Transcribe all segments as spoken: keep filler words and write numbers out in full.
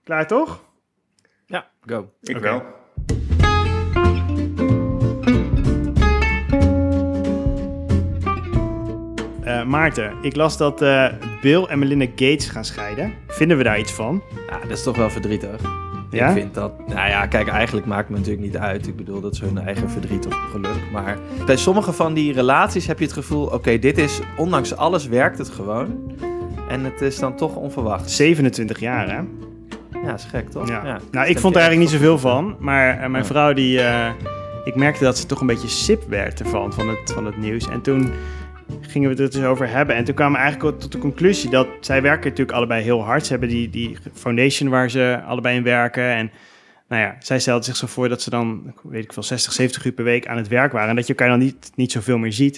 Klaar toch? Ja, go. Ik okay. wel. Uh, Maarten, ik las dat uh, Bill en Melinda Gates gaan scheiden. Vinden we daar iets van? Ja, dat is toch wel verdrietig. Ja? Ik vind dat... Nou ja, kijk, eigenlijk maakt het me natuurlijk niet uit. Ik bedoel, dat is hun eigen verdriet of geluk. Maar bij sommige van die relaties heb je het gevoel... Oké, okay, dit is... Ondanks alles werkt het gewoon. En het is dan toch onverwacht. zevenentwintig jaar, hè? Ja, dat is gek, toch? Ja. Ja, nou, ik vond er eigenlijk niet zoveel van. Maar uh, mijn ja. vrouw, die... Uh, ik merkte dat ze toch een beetje sip werd ervan, van het, van het nieuws. En toen... gingen we het er dus over hebben. En toen kwamen we eigenlijk tot de conclusie dat zij werken natuurlijk allebei heel hard. Ze hebben die, die foundation waar ze allebei in werken. En nou ja, zij stelde zich zo voor dat ze dan, weet ik veel, zestig, zeventig uur per week aan het werk waren. En dat je elkaar dan niet, niet zoveel meer ziet.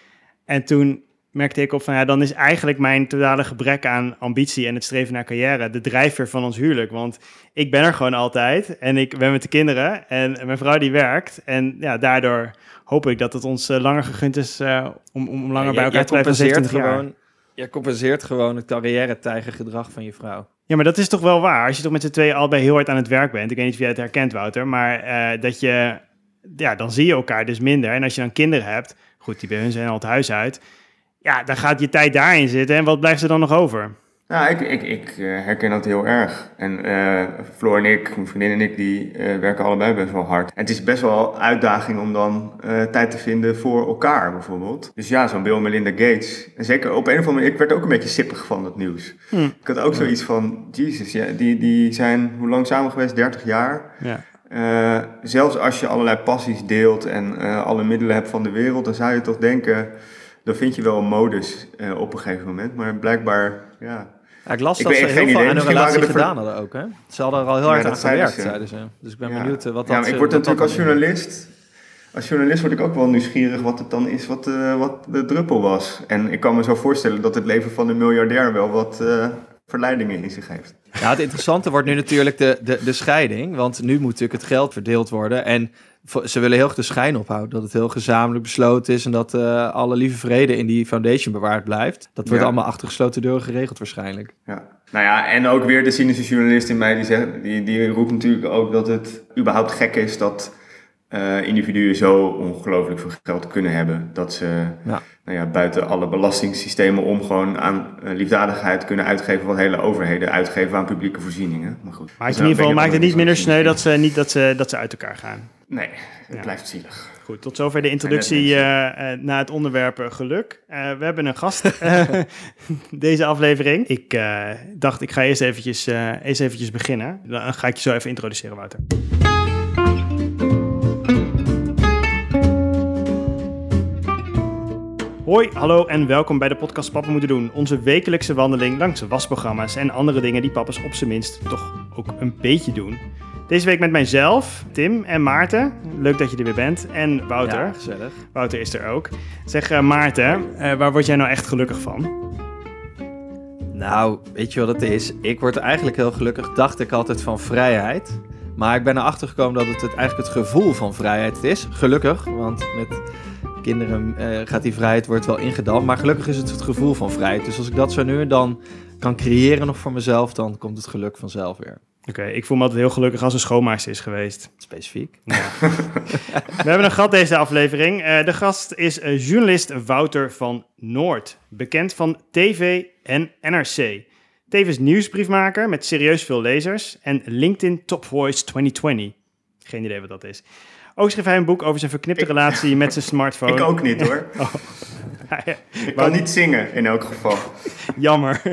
En toen merkte ik op van, ja, dan is eigenlijk mijn totale gebrek aan ambitie en het streven naar carrière de drijfveer van ons huwelijk. Want ik ben er gewoon altijd en ik ben met de kinderen en mijn vrouw die werkt. En ja, daardoor hoop ik dat het ons uh, langer gegund is uh, om, om langer ja, bij elkaar te blijven dan zevenentwintig jaar. Je compenseert gewoon het carrière-tijgergedrag van je vrouw. Ja, maar dat is toch wel waar. Als je toch met z'n tweeën allebei heel hard aan het werk bent. Ik weet niet of jij het herkent, Wouter. Maar uh, dat je... Ja, dan zie je elkaar dus minder. En als je dan kinderen hebt... Goed, die bij hun zijn al het huis uit. Ja, dan gaat je tijd daarin zitten. En wat blijft er dan nog over? Nou, ik, ik, ik uh, herken dat heel erg. En uh, Floor en ik, mijn vriendin en ik, die uh, werken allebei best wel hard. En het is best wel een uitdaging om dan uh, tijd te vinden voor elkaar, bijvoorbeeld. Dus ja, zo'n Bill en Melinda Gates. En zeker op een of andere manier, ik werd ook een beetje sippig van dat nieuws. Hm. Ik had ook zoiets van, jezus, ja, die, die zijn hoe lang samen geweest? dertig jaar. Ja. Uh, zelfs als je allerlei passies deelt en uh, alle middelen hebt van de wereld, dan zou je toch denken, dan vind je wel een modus uh, op een gegeven moment. Maar blijkbaar, ja... Ja, ik las ik dat ze heel veel aan hun relatie gedaan hadden ook, hè? Ze hadden er al heel hard ja, aan gewerkt, zeiden ze. Dus ik ben ja. benieuwd uh, wat dat... Ja, maar ik word natuurlijk als journalist... Als journalist word ik ook wel nieuwsgierig wat het dan is, wat, uh, wat de druppel was. En ik kan me zo voorstellen dat het leven van een miljardair wel wat uh, verleidingen in zich heeft. Ja, het interessante wordt nu natuurlijk de, de, de scheiding. Want nu moet natuurlijk het geld verdeeld worden. En ze willen heel erg de schijn ophouden dat het heel gezamenlijk besloten is en dat uh, alle lieve vrede in die foundation bewaard blijft. Dat wordt ja. allemaal achter gesloten deuren geregeld waarschijnlijk. Ja. Nou ja, en ook weer de cynische journalist in mij, die, zegt, die, die roept natuurlijk ook dat het überhaupt gek is dat uh, individuen zo ongelooflijk veel geld kunnen hebben. Dat ze ja. Nou ja, buiten alle belastingssystemen om gewoon aan uh, liefdadigheid kunnen uitgeven wat hele overheden uitgeven aan publieke voorzieningen. Maar goed. Maar in ieder geval maakt het niet minder sneu dat ze, niet dat, ze, dat ze uit elkaar gaan. Nee, het ja. blijft zielig. Goed, tot zover de introductie uh, uh, naar het onderwerp uh, geluk. Uh, we hebben een gast uh, deze aflevering. Ik uh, dacht, ik ga eerst eventjes, uh, eerst eventjes beginnen. Dan ga ik je zo even introduceren, Wouter. Hoi, hallo en welkom bij de podcast Papa Moeten Doen. Onze wekelijkse wandeling langs wasprogramma's en andere dingen die papa's op zijn minst toch ook een beetje doen. Deze week met mijzelf, Tim en Maarten. Leuk dat je er weer bent. En Wouter. Ja, gezellig. Wouter is er ook. Zeg uh, Maarten, uh, waar word jij nou echt gelukkig van? Nou, weet je wat het is? Ik word eigenlijk heel gelukkig, dacht ik altijd, van vrijheid. Maar ik ben erachter gekomen dat het, het eigenlijk het gevoel van vrijheid is. Gelukkig, want met kinderen uh, gaat die vrijheid wordt wel ingedampt. Maar gelukkig is het het gevoel van vrijheid. Dus als ik dat zo nu en dan kan creëren nog voor mezelf, dan komt het geluk vanzelf weer. Oké, okay, ik voel me altijd heel gelukkig als een schoonmaakster is geweest. Specifiek. Ja. We hebben een gast deze aflevering. Uh, de gast is uh, journalist Wouter van Noord. Bekend van T V en N R C. Tevens nieuwsbriefmaker met serieus veel lezers. En LinkedIn Top Voice twintig twintig. Geen idee wat dat is. Ook schreef hij een boek over zijn verknipte ik... relatie met zijn smartphone. Ik ook niet hoor. Oh. Ik kan niet zingen in elk geval. Jammer.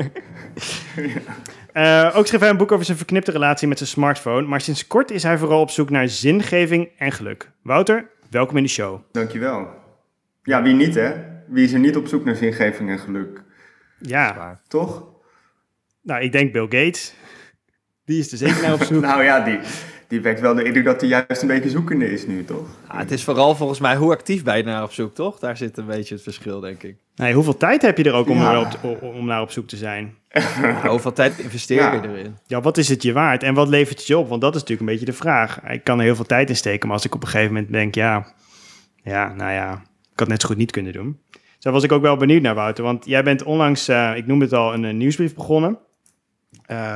Uh, ook schreef hij een boek over zijn verknipte relatie met zijn smartphone. Maar sinds kort is hij vooral op zoek naar zingeving en geluk. Wouter, welkom in de show. Dankjewel. Ja, wie niet hè? Wie is er niet op zoek naar zingeving en geluk? Ja. Toch? Nou, ik denk Bill Gates. Die is er zeker naar op zoek. Nou ja, die... Die wekt wel de indruk dat hij juist een beetje zoekende is nu, toch? Ja, het is vooral volgens mij hoe actief ben je naar op zoek, toch? Daar zit een beetje het verschil, denk ik. Nee, hoeveel tijd heb je er ook om, ja. op, om naar op zoek te zijn? Ja, hoeveel tijd investeer je ja. erin? Ja, wat is het je waard en wat levert het je op? Want dat is natuurlijk een beetje de vraag. Ik kan er heel veel tijd in steken, maar als ik op een gegeven moment denk... ja, ja nou ja, ik had net zo goed niet kunnen doen. Zo was ik ook wel benieuwd naar, Wouter. Want jij bent onlangs, uh, ik noemde het al, een, een nieuwsbrief begonnen... Uh,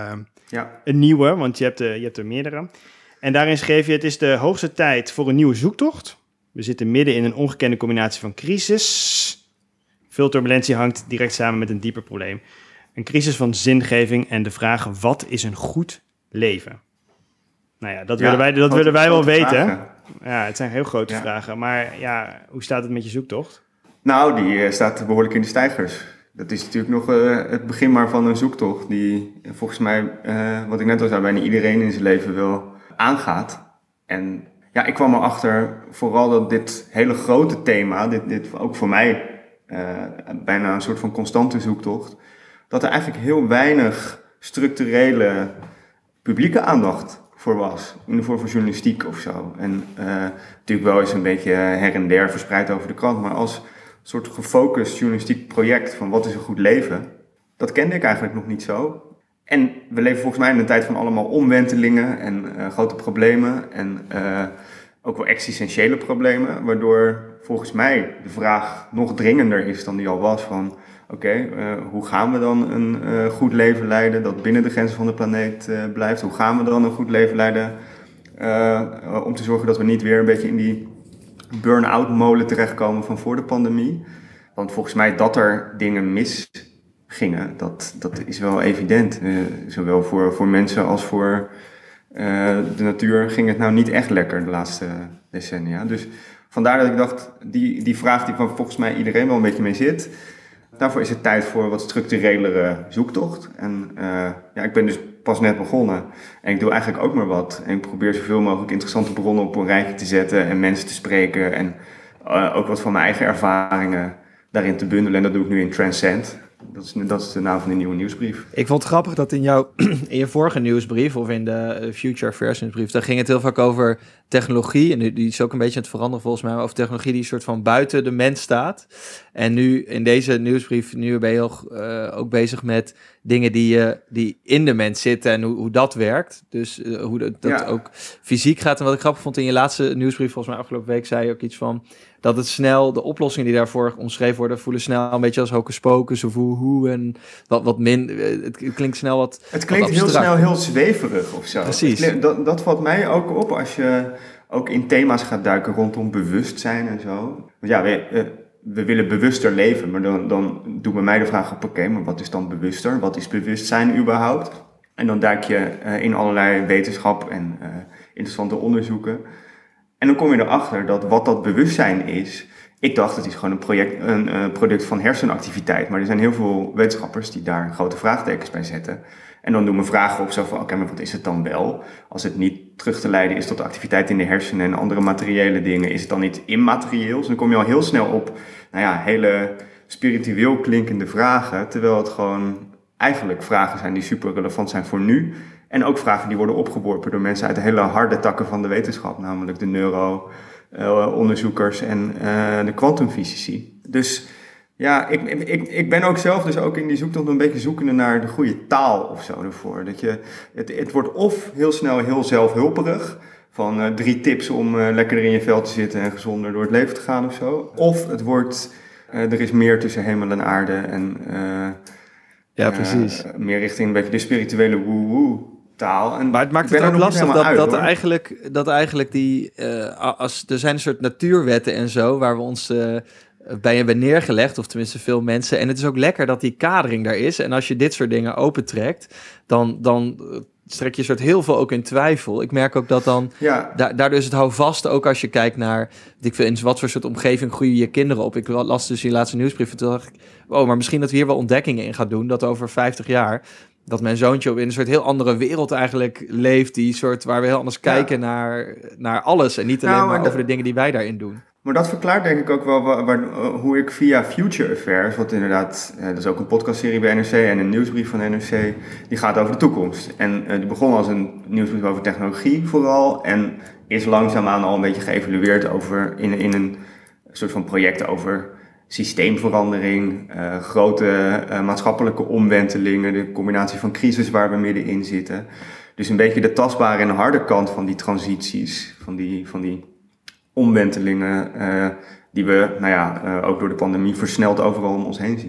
Ja. Een nieuwe, want je hebt, uh, je hebt er meerdere. En daarin schreef je, het is de hoogste tijd voor een nieuwe zoektocht. We zitten midden in een ongekende combinatie van crisis. Veel turbulentie hangt direct samen met een dieper probleem. Een crisis van zingeving en de vraag, wat is een goed leven? Nou ja, dat ja, willen wij, dat willen wij wel weten. Vragen. Ja, het zijn heel grote ja. vragen. Maar ja, hoe staat het met je zoektocht? Nou, die uh, staat behoorlijk in de stijgers. Dat is natuurlijk nog uh, het begin maar van een zoektocht die volgens mij, uh, wat ik net al zei, bijna iedereen in zijn leven wel aangaat. En ja, ik kwam erachter vooral dat dit hele grote thema, dit, dit ook voor mij uh, bijna een soort van constante zoektocht, dat er eigenlijk heel weinig structurele publieke aandacht voor was, in de vorm van journalistiek of zo. En uh, natuurlijk wel eens een beetje her en der verspreid over de krant, maar als soort gefocust journalistiek project van wat is een goed leven, dat kende ik eigenlijk nog niet zo. En we leven volgens mij in een tijd van allemaal omwentelingen en uh, grote problemen en uh, ook wel existentiële problemen, waardoor volgens mij de vraag nog dringender is dan die al was van oké, okay, uh, hoe gaan we dan een uh, goed leven leiden dat binnen de grenzen van de planeet uh, blijft? Hoe gaan we dan een goed leven leiden uh, om te zorgen dat we niet weer een beetje in die burn-out molen terechtkomen van voor de pandemie? Want volgens mij dat er dingen misgingen, dat, dat is wel evident. Uh, zowel voor, voor mensen als voor uh, de natuur ging het nou niet echt lekker de laatste decennia. Dus vandaar dat ik dacht, die, die vraag die van volgens mij iedereen wel een beetje mee zit, daarvoor is het tijd voor wat structurelere zoektocht. En uh, ja, ik ben dus pas net begonnen. En ik doe eigenlijk ook maar wat. En ik probeer zoveel mogelijk interessante bronnen op een rijtje te zetten en mensen te spreken. En uh, ook wat van mijn eigen ervaringen daarin te bundelen. En dat doe ik nu in Transcend. Dat is, dat is de naam van de nieuwe nieuwsbrief. Ik vond het grappig dat in, jouw, in je vorige nieuwsbrief, of in de Future Affairs nieuwsbrief, daar ging het heel vaak over technologie. En die is ook een beetje aan het veranderen volgens mij, over technologie die een soort van buiten de mens staat. En nu in deze nieuwsbrief, nu ben je heel, uh, ook bezig met dingen die, uh, die in de mens zitten en hoe, hoe dat werkt. Dus uh, hoe dat, dat ja. ook fysiek gaat. En wat ik grappig vond in je laatste nieuwsbrief, volgens mij afgelopen week, zei je ook iets van dat het snel, de oplossingen die daarvoor omschreven worden, voelen snel een beetje als hocus pocus of hoe, hoe en wat, wat min. Het, het klinkt snel wat Het klinkt wat heel snel heel zweverig of zo. Precies. Het, dat, dat valt mij ook op als je ook in thema's gaat duiken rondom bewustzijn en zo. Want ja, we, we willen bewuster leven, maar dan, dan doet bij mij de vraag op, oké, okay, maar wat is dan bewuster? Wat is bewustzijn überhaupt? En dan duik je uh, in allerlei wetenschap en uh, interessante onderzoeken. En dan kom je erachter dat wat dat bewustzijn is, ik dacht het is gewoon een, project, een uh, product van hersenactiviteit. Maar er zijn heel veel wetenschappers die daar grote vraagtekens bij zetten. En dan doen we vragen op zo van, oké, okay, maar wat is het dan wel? Als het niet terug te leiden is tot activiteit in de hersenen en andere materiële dingen, is het dan niet immaterieel? Dus dan kom je al heel snel op, nou ja, hele spiritueel klinkende vragen, terwijl het gewoon eigenlijk vragen zijn die super relevant zijn voor nu. En ook vragen die worden opgeworpen door mensen uit de hele harde takken van de wetenschap, namelijk de neuro-onderzoekers uh, en uh, de kwantumfysici. Dus ja, ik, ik, ik ben ook zelf dus ook in die zoektocht een beetje zoekende naar de goede taal of zo ervoor. Dat je, het, het wordt of heel snel heel zelfhulperig, van uh, drie tips om uh, lekkerder in je vel te zitten en gezonder door het leven te gaan of zo. Of het wordt, uh, er is meer tussen hemel en aarde en uh, ja, precies. Uh, meer richting een beetje de spirituele woe-woe taal. En maar het maakt het ook lastig dat, uit, dat, eigenlijk, dat eigenlijk die, uh, als, er zijn een soort natuurwetten en zo, waar we ons uh, bij hebben neergelegd, of tenminste veel mensen. En het is ook lekker dat die kadering daar is. En als je dit soort dingen opentrekt, dan, dan strek je soort heel veel ook in twijfel. Ik merk ook dat dan, ja. da- daardoor is het houvast ook als je kijkt naar, ik vind, in wat voor soort omgeving groeien je kinderen op. Ik las dus die laatste nieuwsbrief en toen dacht ik, oh, maar misschien dat we hier wel ontdekkingen in gaan doen, dat over vijftig jaar, dat mijn zoontje in een soort heel andere wereld eigenlijk leeft, die soort waar we heel anders kijken ja. naar, naar alles en niet alleen nou, maar, maar over de dingen die wij daarin doen. Maar dat verklaart denk ik ook wel waar, waar, hoe ik via Future Affairs, wat inderdaad, uh, dat is ook een podcastserie bij N R C en een nieuwsbrief van N R C, die gaat over de toekomst. En uh, die begon als een nieuwsbrief over technologie vooral en is langzaamaan al een beetje geëvalueerd over in, in een soort van project over systeemverandering, uh, grote uh, maatschappelijke omwentelingen, de combinatie van crisis waar we middenin zitten. Dus een beetje de tastbare en harde kant van die transities, van die, van die omwentelingen uh, die we nou ja, uh, ook door de pandemie versneld overal om ons heen zien.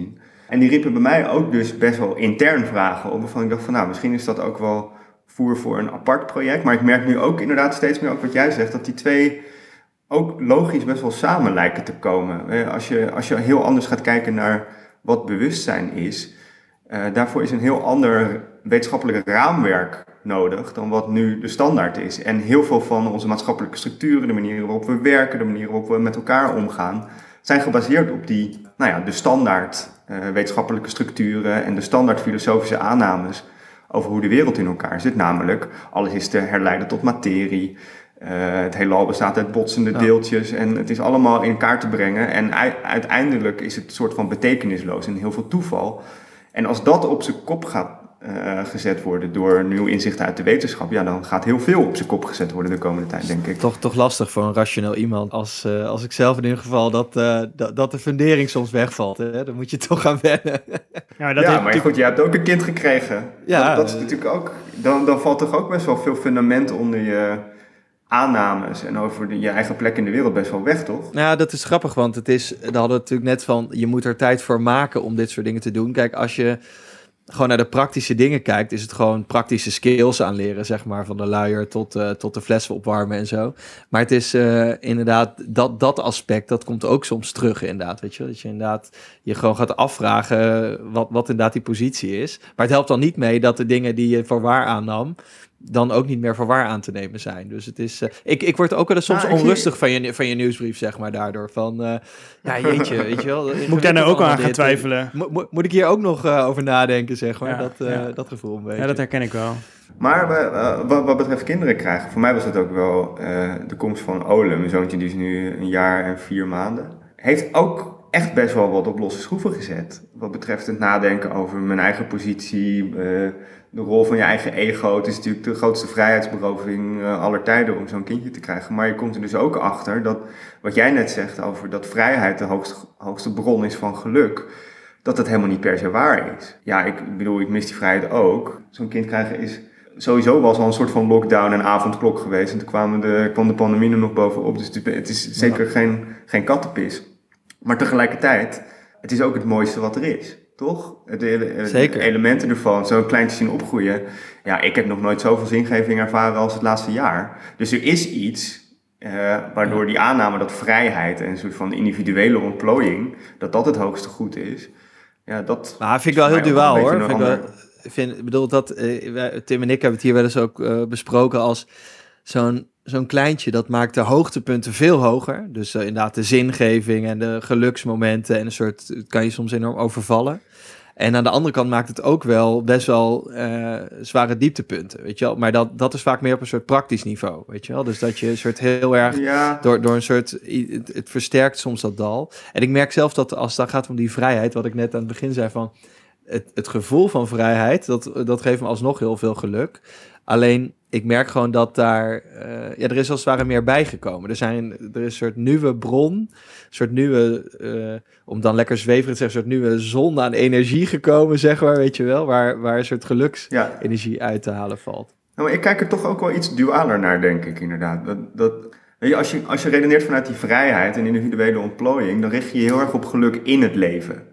En die riepen bij mij ook dus best wel intern vragen op, waarvan ik dacht van nou, misschien is dat ook wel voer voor een apart project. Maar ik merk nu ook inderdaad steeds meer, ook wat jij zegt, dat die twee ook logisch best wel samen lijken te komen. Als je, als je heel anders gaat kijken naar wat bewustzijn is, uh, daarvoor is een heel ander wetenschappelijk raamwerk nodig dan wat nu de standaard is. En heel veel van onze maatschappelijke structuren, de manieren waarop we werken, de manieren waarop we met elkaar omgaan, zijn gebaseerd op die, nou ja, de standaard uh, wetenschappelijke structuren en de standaard filosofische aannames over hoe de wereld in elkaar zit. Namelijk, alles is te herleiden tot materie. Uh, het heelal bestaat uit botsende ja. deeltjes en het is allemaal in kaart te brengen. En u- uiteindelijk is het een soort van betekenisloos en heel veel toeval. En als dat op zijn kop gaat uh, gezet worden door nieuw inzichten uit de wetenschap, ja, dan gaat heel veel op zijn kop gezet worden de komende tijd, denk ik. Toch, toch lastig voor een rationeel iemand als, uh, als ik zelf in ieder geval, dat, uh, dat, dat de fundering soms wegvalt. Hè? Dan moet je toch gaan wennen. Ja, dat ja maar natuurlijk... goed, je hebt ook een kind gekregen. Ja, dat, dat is natuurlijk ook, dan, dan valt toch ook best wel veel fundament onder je aannames en over de, je eigen plek in de wereld best wel weg, toch? Ja, dat is grappig, want het is, daar hadden we natuurlijk net van, je moet er tijd voor maken om dit soort dingen te doen. Kijk, als je gewoon naar de praktische dingen kijkt, is het gewoon praktische skills aanleren, zeg maar, van de luier tot, uh, tot de flessen opwarmen en zo. Maar het is uh, inderdaad, dat, dat aspect, dat komt ook soms terug inderdaad, weet je. Dat je inderdaad je gewoon gaat afvragen wat, wat inderdaad die positie is. Maar het helpt dan niet mee dat de dingen die je voor waar aannam, dan ook niet meer voor waar aan te nemen zijn. Dus het is, uh, ik, ik word ook wel eens soms nou, onrustig zie... van, je, van je nieuwsbrief, zeg maar, daardoor. Van, uh, ja, jeetje, weet je wel. Moet ik daar nou ook aan gaan twijfelen? Mo- mo- moet ik hier ook nog uh, over nadenken, zeg maar? Ja, dat, uh, ja. dat gevoel een beetje. Ja, dat herken ik wel. Maar uh, wat, wat betreft kinderen krijgen, voor mij was het ook wel uh, de komst van Ole, mijn zoontje, die is nu een jaar en vier maanden, heeft ook echt best wel wat op losse schroeven gezet. Wat betreft het nadenken over mijn eigen positie, uh, de rol van je eigen ego. Het is natuurlijk de grootste vrijheidsberoving uh, aller tijden om zo'n kindje te krijgen. Maar je komt er dus ook achter dat, wat jij net zegt over dat vrijheid de hoogste, hoogste bron is van geluk, dat dat helemaal niet per se waar is. Ja, ik bedoel, ik mis die vrijheid ook. Zo'n kind krijgen is sowieso was al een soort van lockdown en avondklok geweest. En toen kwamen de, kwam de pandemie er nog bovenop. Dus het is zeker ja. geen, geen kattenpis. Maar tegelijkertijd, het is ook het mooiste wat er is. Toch? De, de, de elementen ervan, zo'n kleintje zien opgroeien. Ja, ik heb nog nooit zoveel zingeving ervaren als het laatste jaar. Dus er is iets uh, waardoor die aanname dat vrijheid en een soort van individuele ontplooiing, dat dat het hoogste goed is. Ja, dat maar vind ik wel heel duaal, hoor. Vind ik wel, vind, bedoel, dat, uh, Tim en ik hebben het hier wel eens ook uh, besproken als zo'n Zo'n kleintje, dat maakt de hoogtepunten veel hoger. Dus uh, inderdaad de zingeving en de geluksmomenten en een soort, kan je soms enorm overvallen. En aan de andere kant maakt het ook wel best wel uh, zware dieptepunten, weet je wel. Maar dat, dat is vaak meer op een soort praktisch niveau, weet je wel. Dus dat je een soort heel erg, ja. door, door een soort, het, het versterkt soms dat dal. En ik merk zelf dat als het dan gaat om die vrijheid, wat ik net aan het begin zei van, het, het gevoel van vrijheid, dat, dat geeft me alsnog heel veel geluk. Alleen, ik merk gewoon dat daar, uh, ja, er is als het ware meer bijgekomen. Er, zijn, er is een soort nieuwe bron, een soort nieuwe, uh, om dan lekker zweverig te zeggen, een soort nieuwe zon aan energie gekomen, zeg maar, weet je wel, waar, waar een soort geluksenergie ja. uit te halen valt. Nou, maar ik kijk er toch ook wel iets dualer naar, denk ik, inderdaad. Dat, dat, weet je, als je, als je redeneert vanuit die vrijheid en individuele ontplooiing, dan richt je je heel erg op geluk in het leven.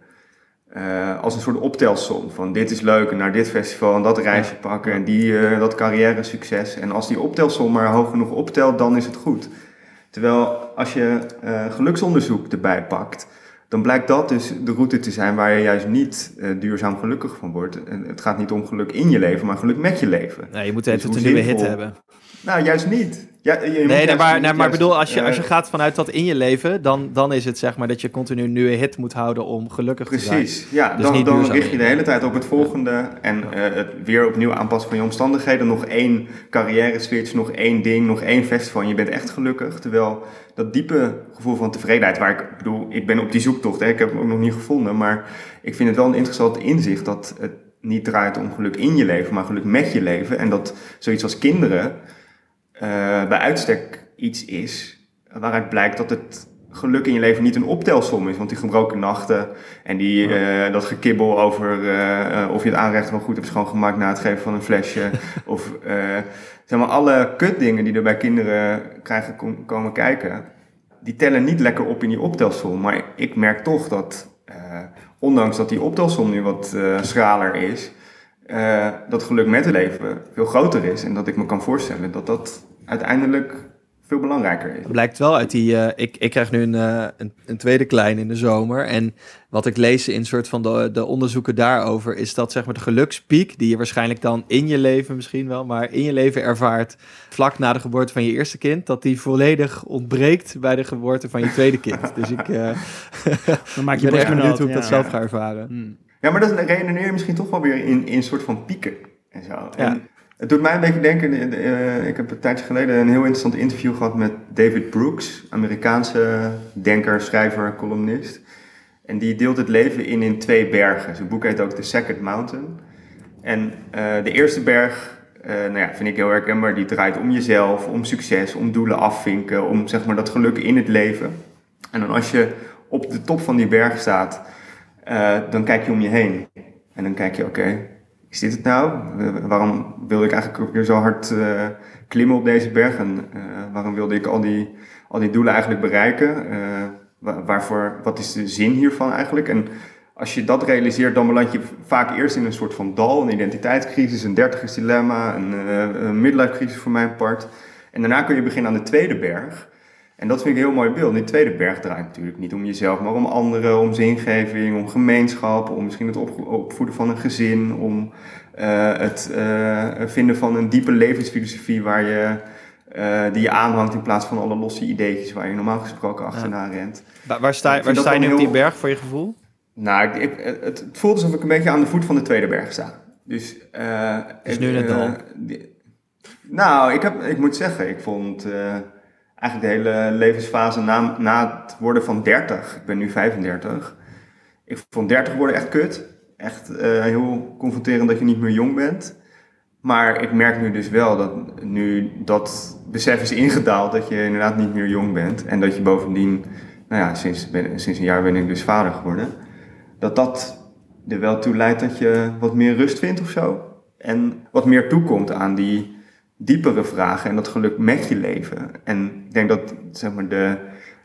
Uh, als een soort optelsom van dit is leuk en naar dit festival en dat reisje pakken en die, uh, dat carrière succes. En als die optelsom maar hoog genoeg optelt, dan is het goed. Terwijl als je uh, geluksonderzoek erbij pakt, dan blijkt dat dus de route te zijn waar je juist niet uh, duurzaam gelukkig van wordt. En het gaat niet om geluk in je leven, maar geluk met je leven. Nee, je moet even dus een nieuwe hit hebben. Nou, juist niet. Ja, je nee, nee, juist, maar, nee, maar bedoel, als je, uh, als je gaat vanuit dat in je leven, dan, dan is het zeg maar dat je continu een nieuwe hit moet houden om gelukkig precies, te zijn. Precies, ja. Dus dan dan richt je in. de hele tijd op het volgende en uh, het weer opnieuw aanpassen van je omstandigheden. Nog één carrière switch, nog één ding, nog één festival en je bent echt gelukkig. Terwijl dat diepe gevoel van tevredenheid, waar ik bedoel, ik ben op die zoektocht, hè, ik heb hem ook nog niet gevonden, maar ik vind het wel een interessant inzicht dat het niet draait om geluk in je leven, maar geluk met je leven. En dat zoiets als kinderen uh, bij uitstek iets is waaruit blijkt dat het geluk in je leven niet een optelsom is. Want die gebroken nachten en die, uh, dat gekibbel over uh, of je het aanrecht wel goed hebt schoongemaakt na het geven van een flesje. of uh, zeg maar alle kutdingen die er bij kinderen krijgen kom, komen kijken, die tellen niet lekker op in die optelsom. Maar ik merk toch dat uh, ondanks dat die optelsom nu wat uh, schraler is, uh, dat geluk met het leven veel groter is. En dat ik me kan voorstellen dat dat uiteindelijk veel belangrijker is. Het blijkt wel uit die... Uh, ik, ik krijg nu een, uh, een, een tweede klein in de zomer. En wat ik lees in soort van de, de onderzoeken daarover, is dat zeg maar de gelukspiek, die je waarschijnlijk dan in je leven misschien wel, maar in je leven ervaart vlak na de geboorte van je eerste kind, dat die volledig ontbreekt bij de geboorte van je tweede kind. Dus ik, uh, dan maak je ben echt benieuwd hoe ik ja. dat zelf ga ervaren. Hmm. Ja, maar dat redeneer je misschien toch wel weer in, in een soort van pieken en zo. Ja. En het doet mij een beetje denken, uh, ik heb een tijdje geleden een heel interessant interview gehad met David Brooks, Amerikaanse denker, schrijver, columnist. En die deelt het leven in in twee bergen. Zijn boek heet ook The Second Mountain. En uh, de eerste berg, uh, nou ja, vind ik heel herkenbaar, die draait om jezelf, om succes, om doelen afvinken, om zeg maar dat geluk in het leven. En dan als je op de top van die berg staat, uh, dan kijk je om je heen. En dan kijk je, oké, okay, is dit het nou? Waarom wilde ik eigenlijk ook weer zo hard uh, klimmen op deze berg? En uh, waarom wilde ik al die, al die doelen eigenlijk bereiken? Uh, waar, waarvoor, wat is de zin hiervan eigenlijk? En als je dat realiseert, dan beland je vaak eerst in een soort van dal, een identiteitscrisis, een dertigersdilemma, een, uh, een midlife crisis voor mijn part. En daarna kun je beginnen aan de tweede berg. En dat vind ik een heel mooi beeld. Die tweede berg draait natuurlijk niet om jezelf, maar om anderen, om zingeving, om gemeenschap, om misschien het op, opvoeden van een gezin, om uh, het uh, vinden van een diepe levensfilosofie waar je, uh, die je aanhangt in plaats van alle losse ideetjes waar je normaal gesproken achterna ja. rent. Waar, waar sta, waar sta je nu heel... op die berg voor je gevoel? Nou, ik, ik, het, het voelt alsof ik een beetje aan de voet van de tweede berg sta. Dus, uh, dus nu in het dal? Uh, nou, ik, heb, ik moet zeggen, ik vond... Uh, Eigenlijk de hele levensfase na, na het worden van dertig. Ik ben nu vijfendertig. Ik vond dertig worden echt kut. Echt uh, heel confronterend dat je niet meer jong bent. Maar ik merk nu dus wel dat nu dat besef is ingedaald dat je inderdaad niet meer jong bent. En dat je bovendien, nou ja, sinds, ben, sinds een jaar ben ik dus vader geworden. Dat dat er wel toe leidt dat je wat meer rust vindt of zo. En wat meer toekomt aan die diepere vragen en dat geluk met je leven. En ik denk dat zeg maar, de,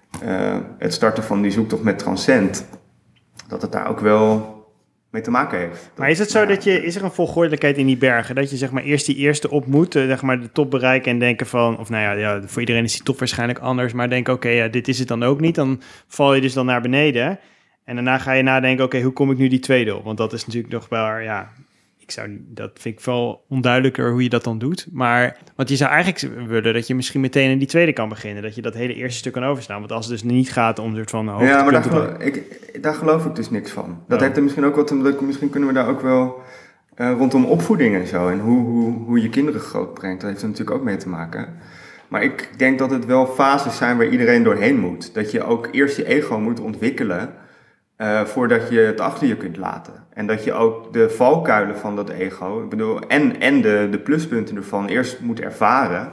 uh, het starten van die zoektocht met Transcend, dat het daar ook wel mee te maken heeft. Maar is het zo dat je, is er een volgordelijkheid in die bergen? Dat je zeg maar eerst die eerste op moet, zeg maar de top bereiken en denken van, of nou ja, ja voor iedereen is die top waarschijnlijk anders, maar denk oké, okay, ja, dit is het dan ook niet. Dan val je dus dan naar beneden. En daarna ga je nadenken, oké, okay, hoe kom ik nu die tweede op? Want dat is natuurlijk nog wel, ja... Ik zou, dat vind ik wel onduidelijker hoe je dat dan doet. Maar, want je zou eigenlijk willen dat je misschien meteen in die tweede kan beginnen. Dat je dat hele eerste stuk kan overstaan. Want als het dus niet gaat om een soort van... Ja, maar daar geloof, ik, daar geloof ik dus niks van. Dat ja. heeft er misschien ook wat... Omdat, misschien kunnen we daar ook wel uh, rondom opvoeding en zo. En hoe, hoe, hoe je kinderen groot brengt. Dat heeft er natuurlijk ook mee te maken. Maar ik denk dat het wel fases zijn waar iedereen doorheen moet. Dat je ook eerst je ego moet ontwikkelen... Uh, voordat je het achter je kunt laten. En dat je ook de valkuilen van dat ego, ik bedoel, en, en de, de pluspunten ervan eerst moet ervaren,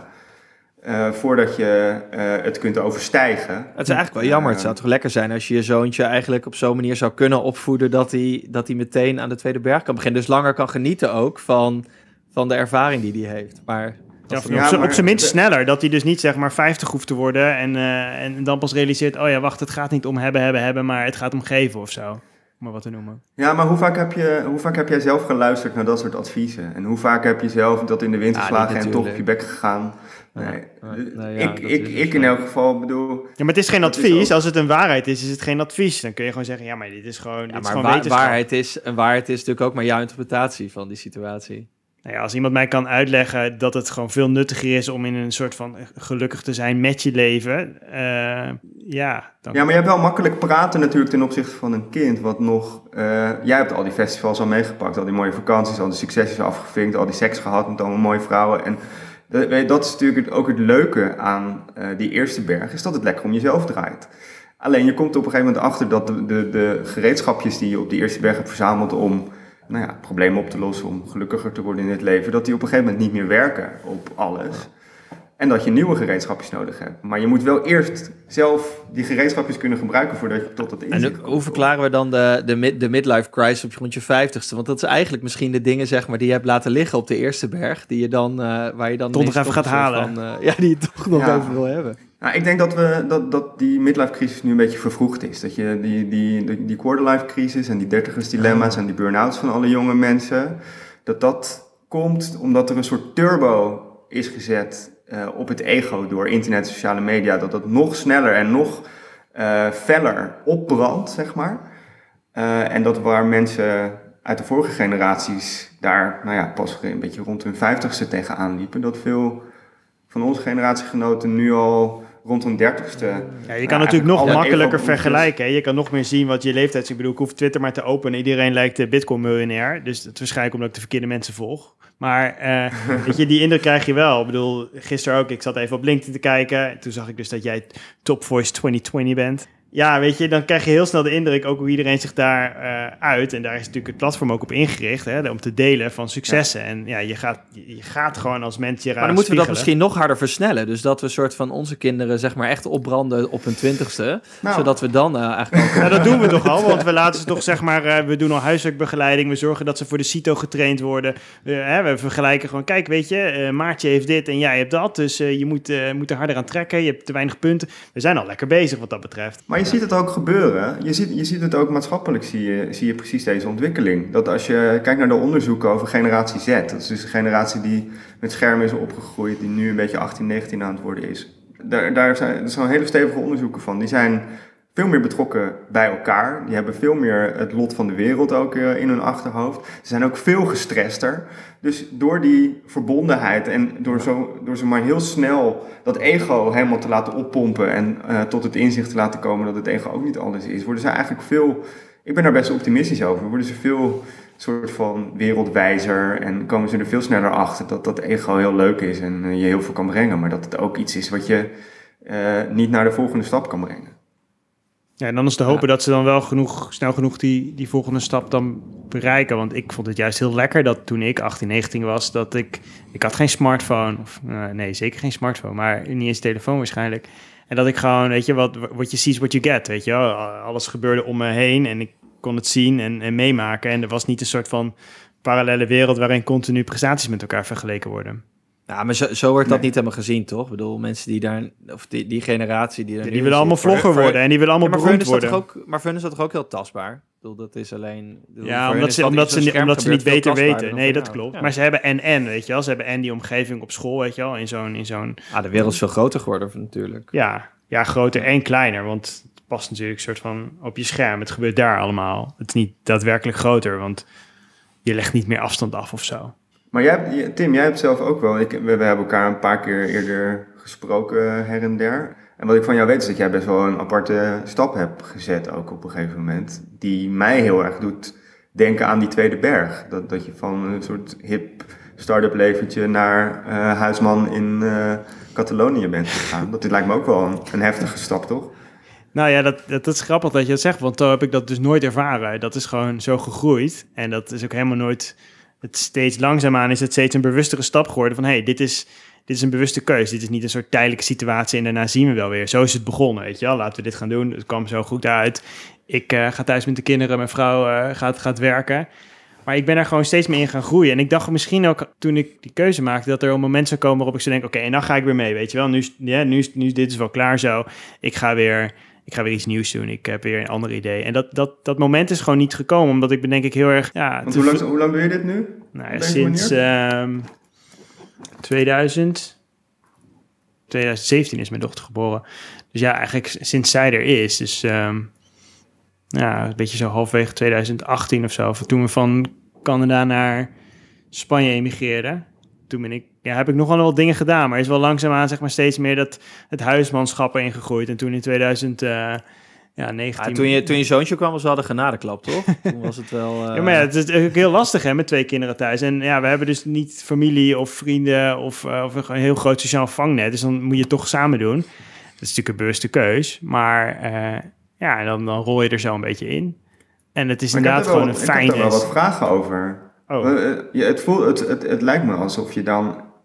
uh, voordat je uh, het kunt overstijgen. Het is eigenlijk wel jammer. Uh, het zou toch lekker zijn als je je zoontje eigenlijk op zo'n manier zou kunnen opvoeden dat hij, dat hij meteen aan de tweede berg kan beginnen. Dus langer kan genieten ook van, van de ervaring die hij heeft. Maar... Ja, ja, op, op zijn minst sneller, dat hij dus niet zeg maar vijftig hoeft te worden en, uh, en dan pas realiseert, oh ja, wacht, het gaat niet om hebben, hebben, hebben, maar het gaat om geven of zo, om maar wat te noemen. Ja, maar hoe vaak heb je, hoe vaak heb jij zelf geluisterd naar dat soort adviezen? En hoe vaak heb je zelf dat in de wind geslagen ja, en toch op je bek gegaan? Nee, nee, nee ja, ik, ik, ik dus in elk geval bedoel... Ja, maar het is geen advies. Is ook... Als het een waarheid is, is het geen advies. Dan kun je gewoon zeggen, ja, maar dit is gewoon, ja, dit maar is gewoon wa- wetenschap. Waarheid is, een waarheid is natuurlijk ook maar jouw interpretatie van die situatie. Nou ja, als iemand mij kan uitleggen dat het gewoon veel nuttiger is om in een soort van gelukkig te zijn met je leven, uh, ja. Dan... Ja, maar je hebt wel makkelijk praten natuurlijk ten opzichte van een kind, wat nog, uh, jij hebt al die festivals al meegepakt, al die mooie vakanties, al die successen afgevinkt, al die seks gehad met allemaal mooie vrouwen en dat, dat is natuurlijk ook het leuke aan uh, die eerste berg, is dat het lekker om jezelf draait. Alleen je komt op een gegeven moment achter dat de, de, de gereedschapjes die je op die eerste berg hebt verzameld om nou ja, problemen op te lossen, om gelukkiger te worden in het leven, dat die op een gegeven moment niet meer werken op alles. En dat je nieuwe gereedschapjes nodig hebt. Maar je moet wel eerst zelf die gereedschapjes kunnen gebruiken voordat je tot het inzicht komt. En hoe verklaren we dan de, de, mid, de midlife crisis op je, rond je vijftigste? Want dat is eigenlijk misschien de dingen zeg maar, die je hebt laten liggen op de eerste berg. Die je dan, uh, waar je dan toch nog even gaat halen. Van, uh, ja, die je toch nog ja. even wil hebben. Nou, ik denk dat, we, dat, dat die midlife crisis nu een beetje vervroegd is. Dat je die, die, die, die quarterlife crisis en die dertigers dilemma's en die burn-outs van alle jonge mensen. Dat dat komt omdat er een soort turbo is gezet uh, op het ego door internet en sociale media. Dat dat nog sneller en nog uh, feller opbrandt, zeg maar. Uh, en dat waar mensen uit de vorige generaties daar nou ja, pas een beetje rond hun vijftigste tegenaan liepen. Dat veel van onze generatiegenoten nu al rond hun dertigste... Ja, je kan uh, natuurlijk nog makkelijker vergelijken. Hè? Je kan nog meer zien wat je leeftijd is. Ik bedoel, ik hoef Twitter maar te openen. Iedereen lijkt de Bitcoin-miljonair. Dus het is waarschijnlijk omdat ik de verkeerde mensen volg. Maar uh, weet je, die indruk krijg je wel. Ik bedoel, gisteren ook, ik zat even op LinkedIn te kijken. Toen zag ik dus dat jij Top Voice twintig twintig bent. Ja, weet je, dan krijg je heel snel de indruk, ook hoe iedereen zich daar uh, uit. En daar is natuurlijk het platform ook op ingericht, hè, om te delen van successen. Ja. En ja, je gaat, je gaat gewoon als mens je raar Maar dan moeten we dat misschien nog harder versnellen. Dus dat we een soort van onze kinderen, zeg maar, echt opbranden op hun twintigste. Nou. Zodat we dan uh, eigenlijk ook... Ja, dat doen we toch al, want we laten ze toch, zeg maar, uh, we doen al huiswerkbegeleiding. We zorgen dat ze voor de C I T O getraind worden. Uh, hè, we vergelijken gewoon, kijk, weet je, uh, Maartje heeft dit en jij hebt dat. Dus uh, je moet, uh, moet er harder aan trekken. Je hebt te weinig punten. We zijn al lekker bezig wat dat betreft. Maar je ziet het ook gebeuren. Je ziet, je ziet het ook maatschappelijk, zie je, zie je precies deze ontwikkeling. Dat als je kijkt naar de onderzoeken over generatie Z, dat is dus een generatie die met schermen is opgegroeid, die nu een beetje achttien, negentien aan het worden is. Daar, daar zijn, er zijn hele stevige onderzoeken van. Die zijn veel meer betrokken bij elkaar. Die hebben veel meer het lot van de wereld ook uh, in hun achterhoofd. Ze zijn ook veel gestrester. Dus door die verbondenheid en door zo, door zo maar heel snel dat ego helemaal te laten oppompen en uh, tot het inzicht te laten komen dat het ego ook niet alles is, worden ze eigenlijk veel, ik ben daar best optimistisch over, worden ze veel soort van wereldwijzer en komen ze er veel sneller achter dat dat ego heel leuk is en uh, je heel veel kan brengen, maar dat het ook iets is wat je uh, niet naar de volgende stap kan brengen. Ja, en dan is te hopen ja. dat ze dan wel genoeg, snel genoeg die, die volgende stap dan bereiken. Want ik vond het juist heel lekker dat toen ik achttien, negentien was, dat ik... Ik had geen smartphone. Of, uh, nee, zeker geen smartphone, maar niet eens telefoon waarschijnlijk. En dat ik gewoon, weet je, wat what you see is what you get, weet je wel. Alles gebeurde om me heen en ik kon het zien en, en meemaken. En er was niet een soort van parallele wereld waarin continu prestaties met elkaar vergeleken worden. Ja, maar zo, zo wordt dat nee. niet helemaal gezien, toch? Ik bedoel, mensen die daar, of die, die generatie die er ja, nu die willen allemaal vlogger voor, worden en die willen allemaal ja, beroemd worden. Ook, maar voor hen is dat toch ook heel tastbaar? Ik bedoel, dat is alleen... Bedoel, ja, omdat ze, omdat ze, niet, omdat ze niet beter weten. Nee, dat jou. klopt. Ja. Maar ze hebben en-en, weet je wel. Ze hebben en die omgeving op school, weet je wel, in zo'n... In zo'n ah, de wereld is veel groter geworden natuurlijk. Ja, ja, groter en kleiner, want het past natuurlijk een soort van op je scherm. Het gebeurt daar allemaal. Het is niet daadwerkelijk groter, want je legt niet meer afstand af of zo. Maar jij, Tim, jij hebt zelf ook wel... Ik, we, we hebben elkaar een paar keer eerder gesproken her en der. En wat ik van jou weet is dat jij best wel een aparte stap hebt gezet ook op een gegeven moment. Die mij heel erg doet denken aan die tweede berg. Dat, dat je van een soort hip start-up leventje naar uh, huisman in uh, Catalonië bent gegaan. Dat lijkt me ook wel een, een heftige stap, toch? Nou ja, dat, dat, dat is grappig dat je dat zegt, want toen heb ik dat dus nooit ervaren. Dat is gewoon zo gegroeid en dat is ook helemaal nooit... Het steeds langzaamaan is het steeds een bewustere stap geworden van... hé, hey, dit is, dit is een bewuste keuze. Dit is niet een soort tijdelijke situatie en daarna zien we wel weer. Zo is het begonnen, weet je wel. Laten we dit gaan doen. Het kwam zo goed uit. Ik uh, ga thuis met de kinderen. Mijn vrouw uh, gaat, gaat werken. Maar ik ben er gewoon steeds meer in gaan groeien. En ik dacht misschien ook toen ik die keuze maakte... dat er een moment zou komen waarop ik zou denken... oké, okay, en dan ga ik weer mee, weet je wel. Nu, ja, nu, nu dit is wel klaar zo. Ik ga weer... Ik ga weer iets nieuws doen. Ik heb weer een ander idee. En dat, dat, dat moment is gewoon niet gekomen. Omdat ik ben denk ik heel erg... Ja, Want hoe, lang, hoe lang doe je dit nu? Nou ja, sinds um, tweeduizend... tweeduizend zeventien is mijn dochter geboren. Dus ja, eigenlijk sinds zij er is. Dus um, ja, een beetje zo halfwege tweeduizend achttien of zo. Of toen we van Canada naar Spanje emigreerden. Toen ben ik, ja, heb ik nogal wel dingen gedaan, maar is wel langzaamaan zeg maar steeds meer dat het huismanschap erin gegroeid. En toen in tweeduizend negentien... Ja, toen, je, toen je zoontje kwam, was wel de genadeklap, toch? Toen was het wel... Uh... Ja, maar ja, het is ook heel lastig hè, met twee kinderen thuis. En ja, we hebben dus niet familie of vrienden of, uh, of een heel groot sociaal vangnet. Dus dan moet je het toch samen doen. Dat is natuurlijk een bewuste keus. Maar uh, ja, dan, dan rol je er zo een beetje in. En het is maar inderdaad gewoon wel, een fijn... Ik heb er wel wat vragen over. Oh. Uh, ja, het, voelt, het, het, het lijkt me alsof je dan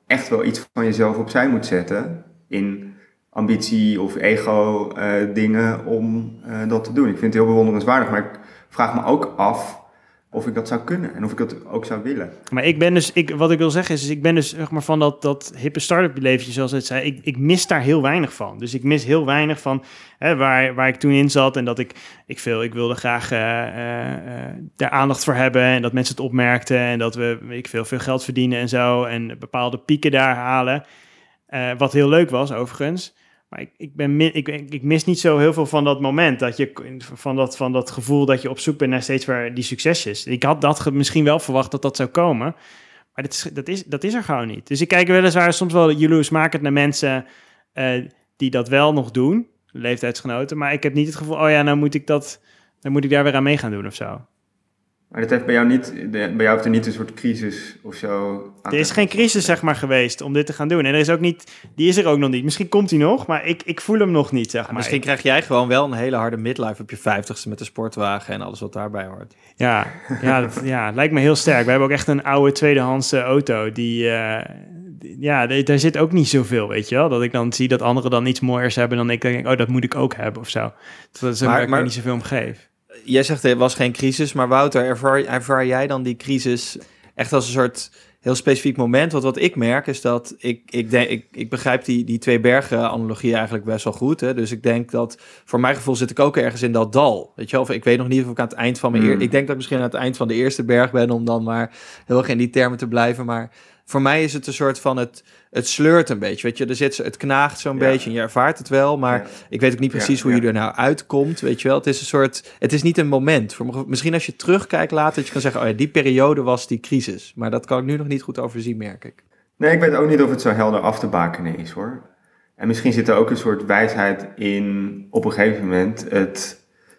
echt wel iets van jezelf opzij moet zetten in ambitie of ego uh, dingen om uh, dat te doen. Ik vind het heel bewonderenswaardig, maar ik vraag me ook af of ik dat zou kunnen en of ik dat ook zou willen. Maar ik ben dus, ik, wat ik wil zeggen is, is ik ben dus zeg maar van dat, dat hippe start-up leventje, zoals het zei, ik, ik mis daar heel weinig van. Dus ik mis heel weinig van hè, waar, waar ik toen in zat en dat ik, ik veel, ik wilde graag uh, uh, daar aandacht voor hebben en dat mensen het opmerkten en dat we, ik veel, veel geld verdienen en zo en bepaalde pieken daar halen. Uh, wat heel leuk was, overigens. Maar ik, ik, ben min, ik, ik mis niet zo heel veel van dat moment, dat je, van, dat, van dat gevoel dat je op zoek bent naar steeds weer die succesjes. Ik had dat ge, misschien wel verwacht dat dat zou komen, maar dat is, dat is, dat is er gewoon niet. Dus ik kijk weliswaar soms wel jaloersmakend naar mensen uh, die dat wel nog doen, leeftijdsgenoten, maar ik heb niet het gevoel, oh ja, nou moet ik, dat, dan moet ik daar weer aan mee gaan doen of zo. Maar dat heeft bij jou niet, bij jou heeft er niet een soort crisis of zo. Er is geen crisis, zeg maar, geweest om dit te gaan doen. En er is ook niet, die is er ook nog niet. Misschien komt die nog, maar ik, ik voel hem nog niet, zeg maar. Ja, misschien krijg jij gewoon wel een hele harde midlife op je vijftigste met de sportwagen en alles wat daarbij hoort. Ja, ja, dat, ja, lijkt me heel sterk. We hebben ook echt een oude tweedehands auto die, uh, die ja, daar zit ook niet zoveel, weet je wel. Dat ik dan zie dat anderen dan iets mooiers hebben dan ik denk, oh, dat moet ik ook hebben of zo. Dat is ook waar ik me niet zoveel om geef. Jij zegt er was geen crisis, maar Wouter, ervaar, ervaar jij dan die crisis echt als een soort heel specifiek moment? Want wat ik merk is dat ik, ik, denk, ik, ik begrijp die, die twee bergen analogie eigenlijk best wel goed. Hè? Dus ik denk dat, voor mijn gevoel zit ik ook ergens in dat dal. Weet je wel? Of ik weet nog niet of ik aan het eind van mijn... Mm. Eer, ik denk dat ik misschien aan het eind van de eerste berg ben, om dan maar heel erg in die termen te blijven. Maar voor mij is het een soort van het... Het sleurt een beetje, weet je. Er zit, het knaagt zo'n ja. beetje en je ervaart het wel, maar ja. ik weet ook niet precies ja, hoe ja. je er nou uitkomt, weet je wel. Het is een soort, het is niet een moment. Voor, misschien als je terugkijkt later, dat je kan zeggen, oh ja, die periode was die crisis. Maar dat kan ik nu nog niet goed overzien, merk ik. Nee, ik weet ook niet of het zo helder af te bakenen is, hoor. En misschien zit er ook een soort wijsheid in, op een gegeven moment, het...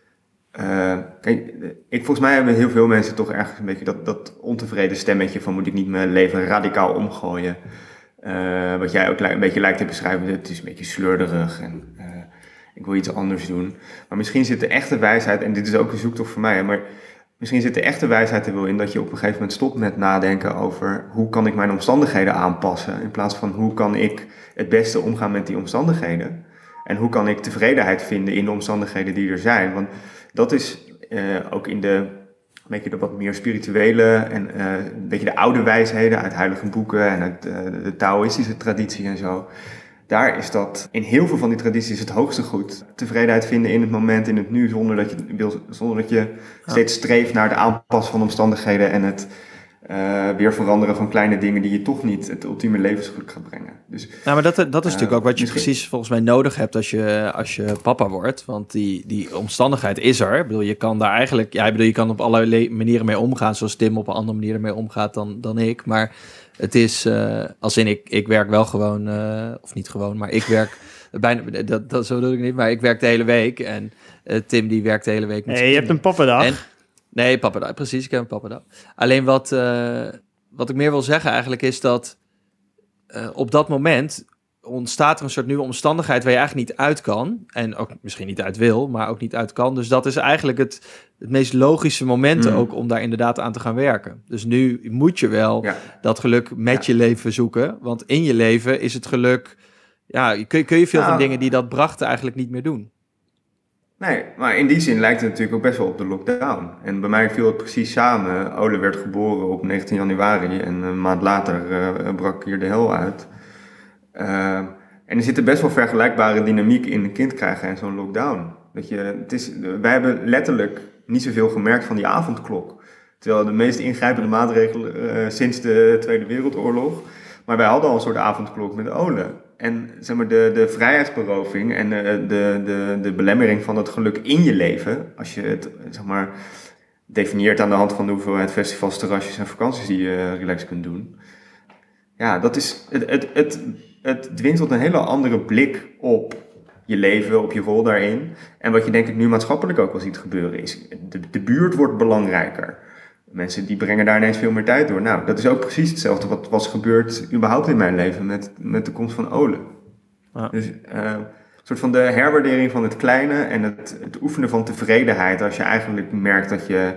Uh, kijk, ik, volgens mij hebben heel veel mensen toch ergens een beetje dat, dat ontevreden stemmetje van moet ik niet mijn leven radicaal omgooien. Uh, wat jij ook een beetje lijkt te beschrijven, het is een beetje slordig en uh, ik wil iets anders doen. Maar misschien zit de echte wijsheid, en dit is ook een zoektocht voor mij, maar misschien zit de echte wijsheid er wel in dat je op een gegeven moment stopt met nadenken over hoe kan ik mijn omstandigheden aanpassen, in plaats van hoe kan ik het beste omgaan met die omstandigheden en hoe kan ik tevredenheid vinden in de omstandigheden die er zijn. Want dat is uh, ook in de... een beetje de wat meer spirituele en uh, een beetje de oude wijsheden uit heilige boeken en uit uh, de Taoïstische traditie en zo. Daar is dat, in heel veel van die tradities, het hoogste goed. Tevredenheid vinden in het moment, in het nu, zonder dat je, wil, zonder dat je steeds streeft naar de aanpassen van omstandigheden en het uh, weer veranderen van kleine dingen die je toch niet het ultieme levensgeluk gaat brengen. Dus, nou, maar dat, dat is uh, natuurlijk ook wat je misschien... precies volgens mij nodig hebt als je, als je papa wordt. Want die, die omstandigheid is er. Ik bedoel, je kan daar eigenlijk... Ja, ik bedoel, je kan op allerlei manieren mee omgaan, zoals Tim op een andere manier ermee omgaat dan, dan ik. Maar het is, uh, als in ik, ik werk wel gewoon, uh, of niet gewoon, maar ik werk... Bijna, dat, dat, zo bedoel ik niet, maar ik werk de hele week. En uh, Tim die werkt de hele week. Nee, je hebt een pappadag. En, nee, pappadag, precies, ik heb een pappadag. Alleen wat, uh, wat ik meer wil zeggen eigenlijk is dat uh, op dat moment ontstaat er een soort nieuwe omstandigheid waar je eigenlijk niet uit kan. En ook misschien niet uit wil, maar ook niet uit kan. Dus dat is eigenlijk het, het meest logische moment mm. ook om daar inderdaad aan te gaan werken. Dus nu moet je wel ja. dat geluk met ja. je leven zoeken. Want in je leven is het geluk... Ja, kun, kun je veel nou, van dingen die dat brachten eigenlijk niet meer doen. Nee, maar in die zin lijkt het natuurlijk ook best wel op de lockdown. En bij mij viel het precies samen. Ole werd geboren op negentien januari en een maand later uh, brak hier de hel uit. Uh, en er zit er best wel vergelijkbare dynamiek in een kind krijgen en zo'n lockdown. Dat je, het is, wij hebben letterlijk niet zoveel gemerkt van die avondklok. Terwijl de meest ingrijpende maatregelen uh, sinds de Tweede Wereldoorlog. Maar wij hadden al een soort avondklok met Ole. En zeg maar, de, de vrijheidsberoving en de, de, de, de belemmering van het geluk in je leven, als je het zeg maar, definieert aan de hand van de hoeveelheid festivals, terrasjes en vakanties die je relaxed kunt doen. Ja, dat is, het, het, het, het dwingt tot een hele andere blik op je leven, op je rol daarin. En wat je denk ik nu maatschappelijk ook wel ziet gebeuren is, de, de buurt wordt belangrijker. Mensen die brengen daar ineens veel meer tijd door. Nou, dat is ook precies hetzelfde wat was gebeurd überhaupt in mijn leven met, met de komst van Ole. Ja. Dus uh, een soort van de herwaardering van het kleine en het, het oefenen van tevredenheid als je eigenlijk merkt dat je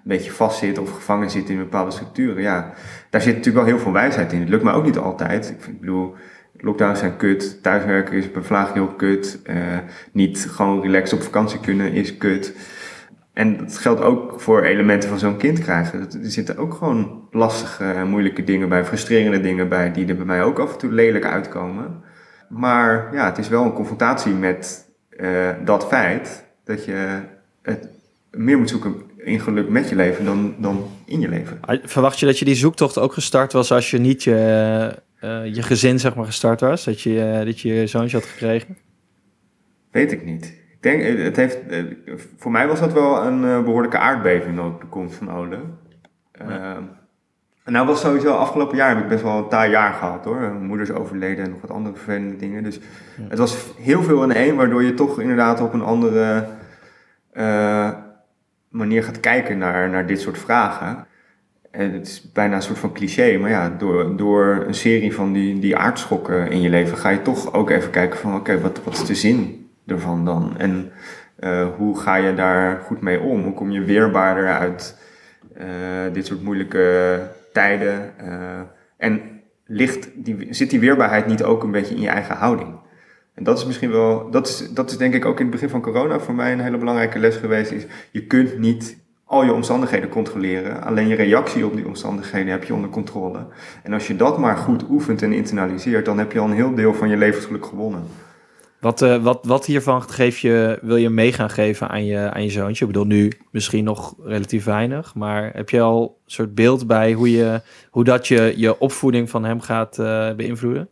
beetje vastzit of gevangen zit in bepaalde structuren. Ja, daar zit natuurlijk wel heel veel wijsheid in. Het lukt me ook niet altijd. Ik, vind, ik bedoel, lockdowns zijn kut, thuiswerken is bevlaagd heel kut, uh, niet gewoon relaxed op vakantie kunnen is kut. En dat geldt ook voor elementen van zo'n kind krijgen. Er zitten ook gewoon lastige en moeilijke dingen bij, frustrerende dingen bij, die er bij mij ook af en toe lelijk uitkomen. Maar ja, het is wel een confrontatie met uh, dat feit dat je het meer moet zoeken in geluk met je leven dan, dan in je leven. Verwacht je dat je die zoektocht ook gestart was als je niet je, uh, je gezin zeg maar gestart was? Dat je, uh, dat je je zoontje had gekregen? Weet ik niet. Ik denk, het heeft, voor mij was dat wel een uh, behoorlijke aardbeving ook, de komst van Ole. Uh, ja. En nou was sowieso, afgelopen jaar heb ik best wel een taai jaar gehad hoor. Mijn moeder is overleden en nog wat andere vervelende dingen. Dus ja. Het was heel veel in één, waardoor je toch inderdaad op een andere uh, manier gaat kijken naar, naar dit soort vragen. En het is bijna een soort van cliché, maar ja, door, door een serie van die, die aardschokken in je leven ga je toch ook even kijken van oké, okay, wat, wat is de zin ervan dan? En uh, hoe ga je daar goed mee om? Hoe kom je weerbaarder uit uh, dit soort moeilijke tijden? Uh, en ligt die, zit die weerbaarheid niet ook een beetje in je eigen houding? En dat is misschien wel, dat is, dat is denk ik ook in het begin van corona voor mij een hele belangrijke les geweest. Is, je kunt niet al je omstandigheden controleren. Alleen je reactie op die omstandigheden heb je onder controle. En als je dat maar goed oefent en internaliseert, dan heb je al een heel deel van je levensgeluk gewonnen. Wat, uh, wat, wat hiervan geef je, wil je mee gaan geven aan je, aan je zoontje? Ik bedoel, nu misschien nog relatief weinig, maar heb je al een soort beeld bij hoe, je, hoe dat je, je opvoeding van hem gaat uh, beïnvloeden?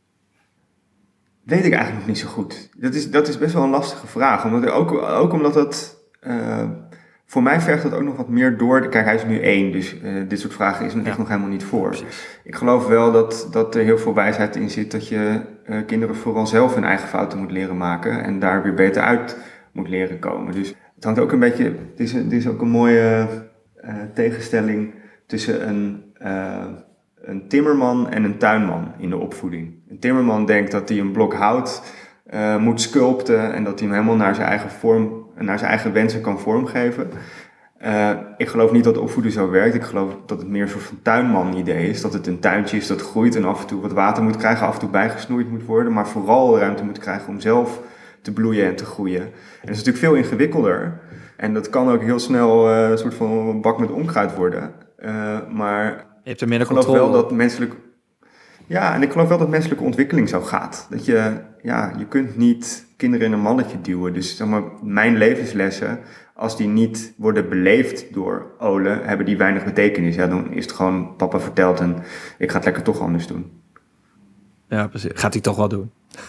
Weet ik eigenlijk nog niet zo goed. Dat is, dat is best wel een lastige vraag. Omdat ook, ook omdat het... Uh, voor mij vergt dat ook nog wat meer door. Kijk, hij is nu één, dus uh, dit soort vragen is er echt ja. nog helemaal niet voor. Precies. Ik geloof wel dat, dat er heel veel wijsheid in zit dat je uh, kinderen vooral zelf hun eigen fouten moet leren maken en daar weer beter uit moet leren komen. Dus het hangt ook een beetje, het is, het is ook een mooie uh, tegenstelling tussen een, uh, een timmerman en een tuinman in de opvoeding. Een timmerman denkt dat hij een blok hout uh, moet sculpten en dat hij hem helemaal naar zijn eigen vorm en naar zijn eigen wensen kan vormgeven. Uh, ik geloof niet dat opvoeden zo werkt. Ik geloof dat het meer een soort van tuinman-idee is. Dat het een tuintje is dat groeit en af en toe wat water moet krijgen, af en toe bijgesnoeid moet worden, maar vooral ruimte moet krijgen om zelf te bloeien en te groeien. En dat is natuurlijk veel ingewikkelder. En dat kan ook heel snel uh, een soort van een bak met onkruid worden. Uh, maar je hebt er minder ik geloof controle. wel dat menselijk... Ja, en ik geloof wel dat menselijke ontwikkeling zo gaat. Dat je, ja, je kunt niet kinderen in een malletje duwen. Dus zeg maar, mijn levenslessen, als die niet worden beleefd door Ole, hebben die weinig betekenis. Ja, dan is het gewoon papa vertelt en ik ga het lekker toch anders doen. Ja, precies. Gaat hij toch wel doen.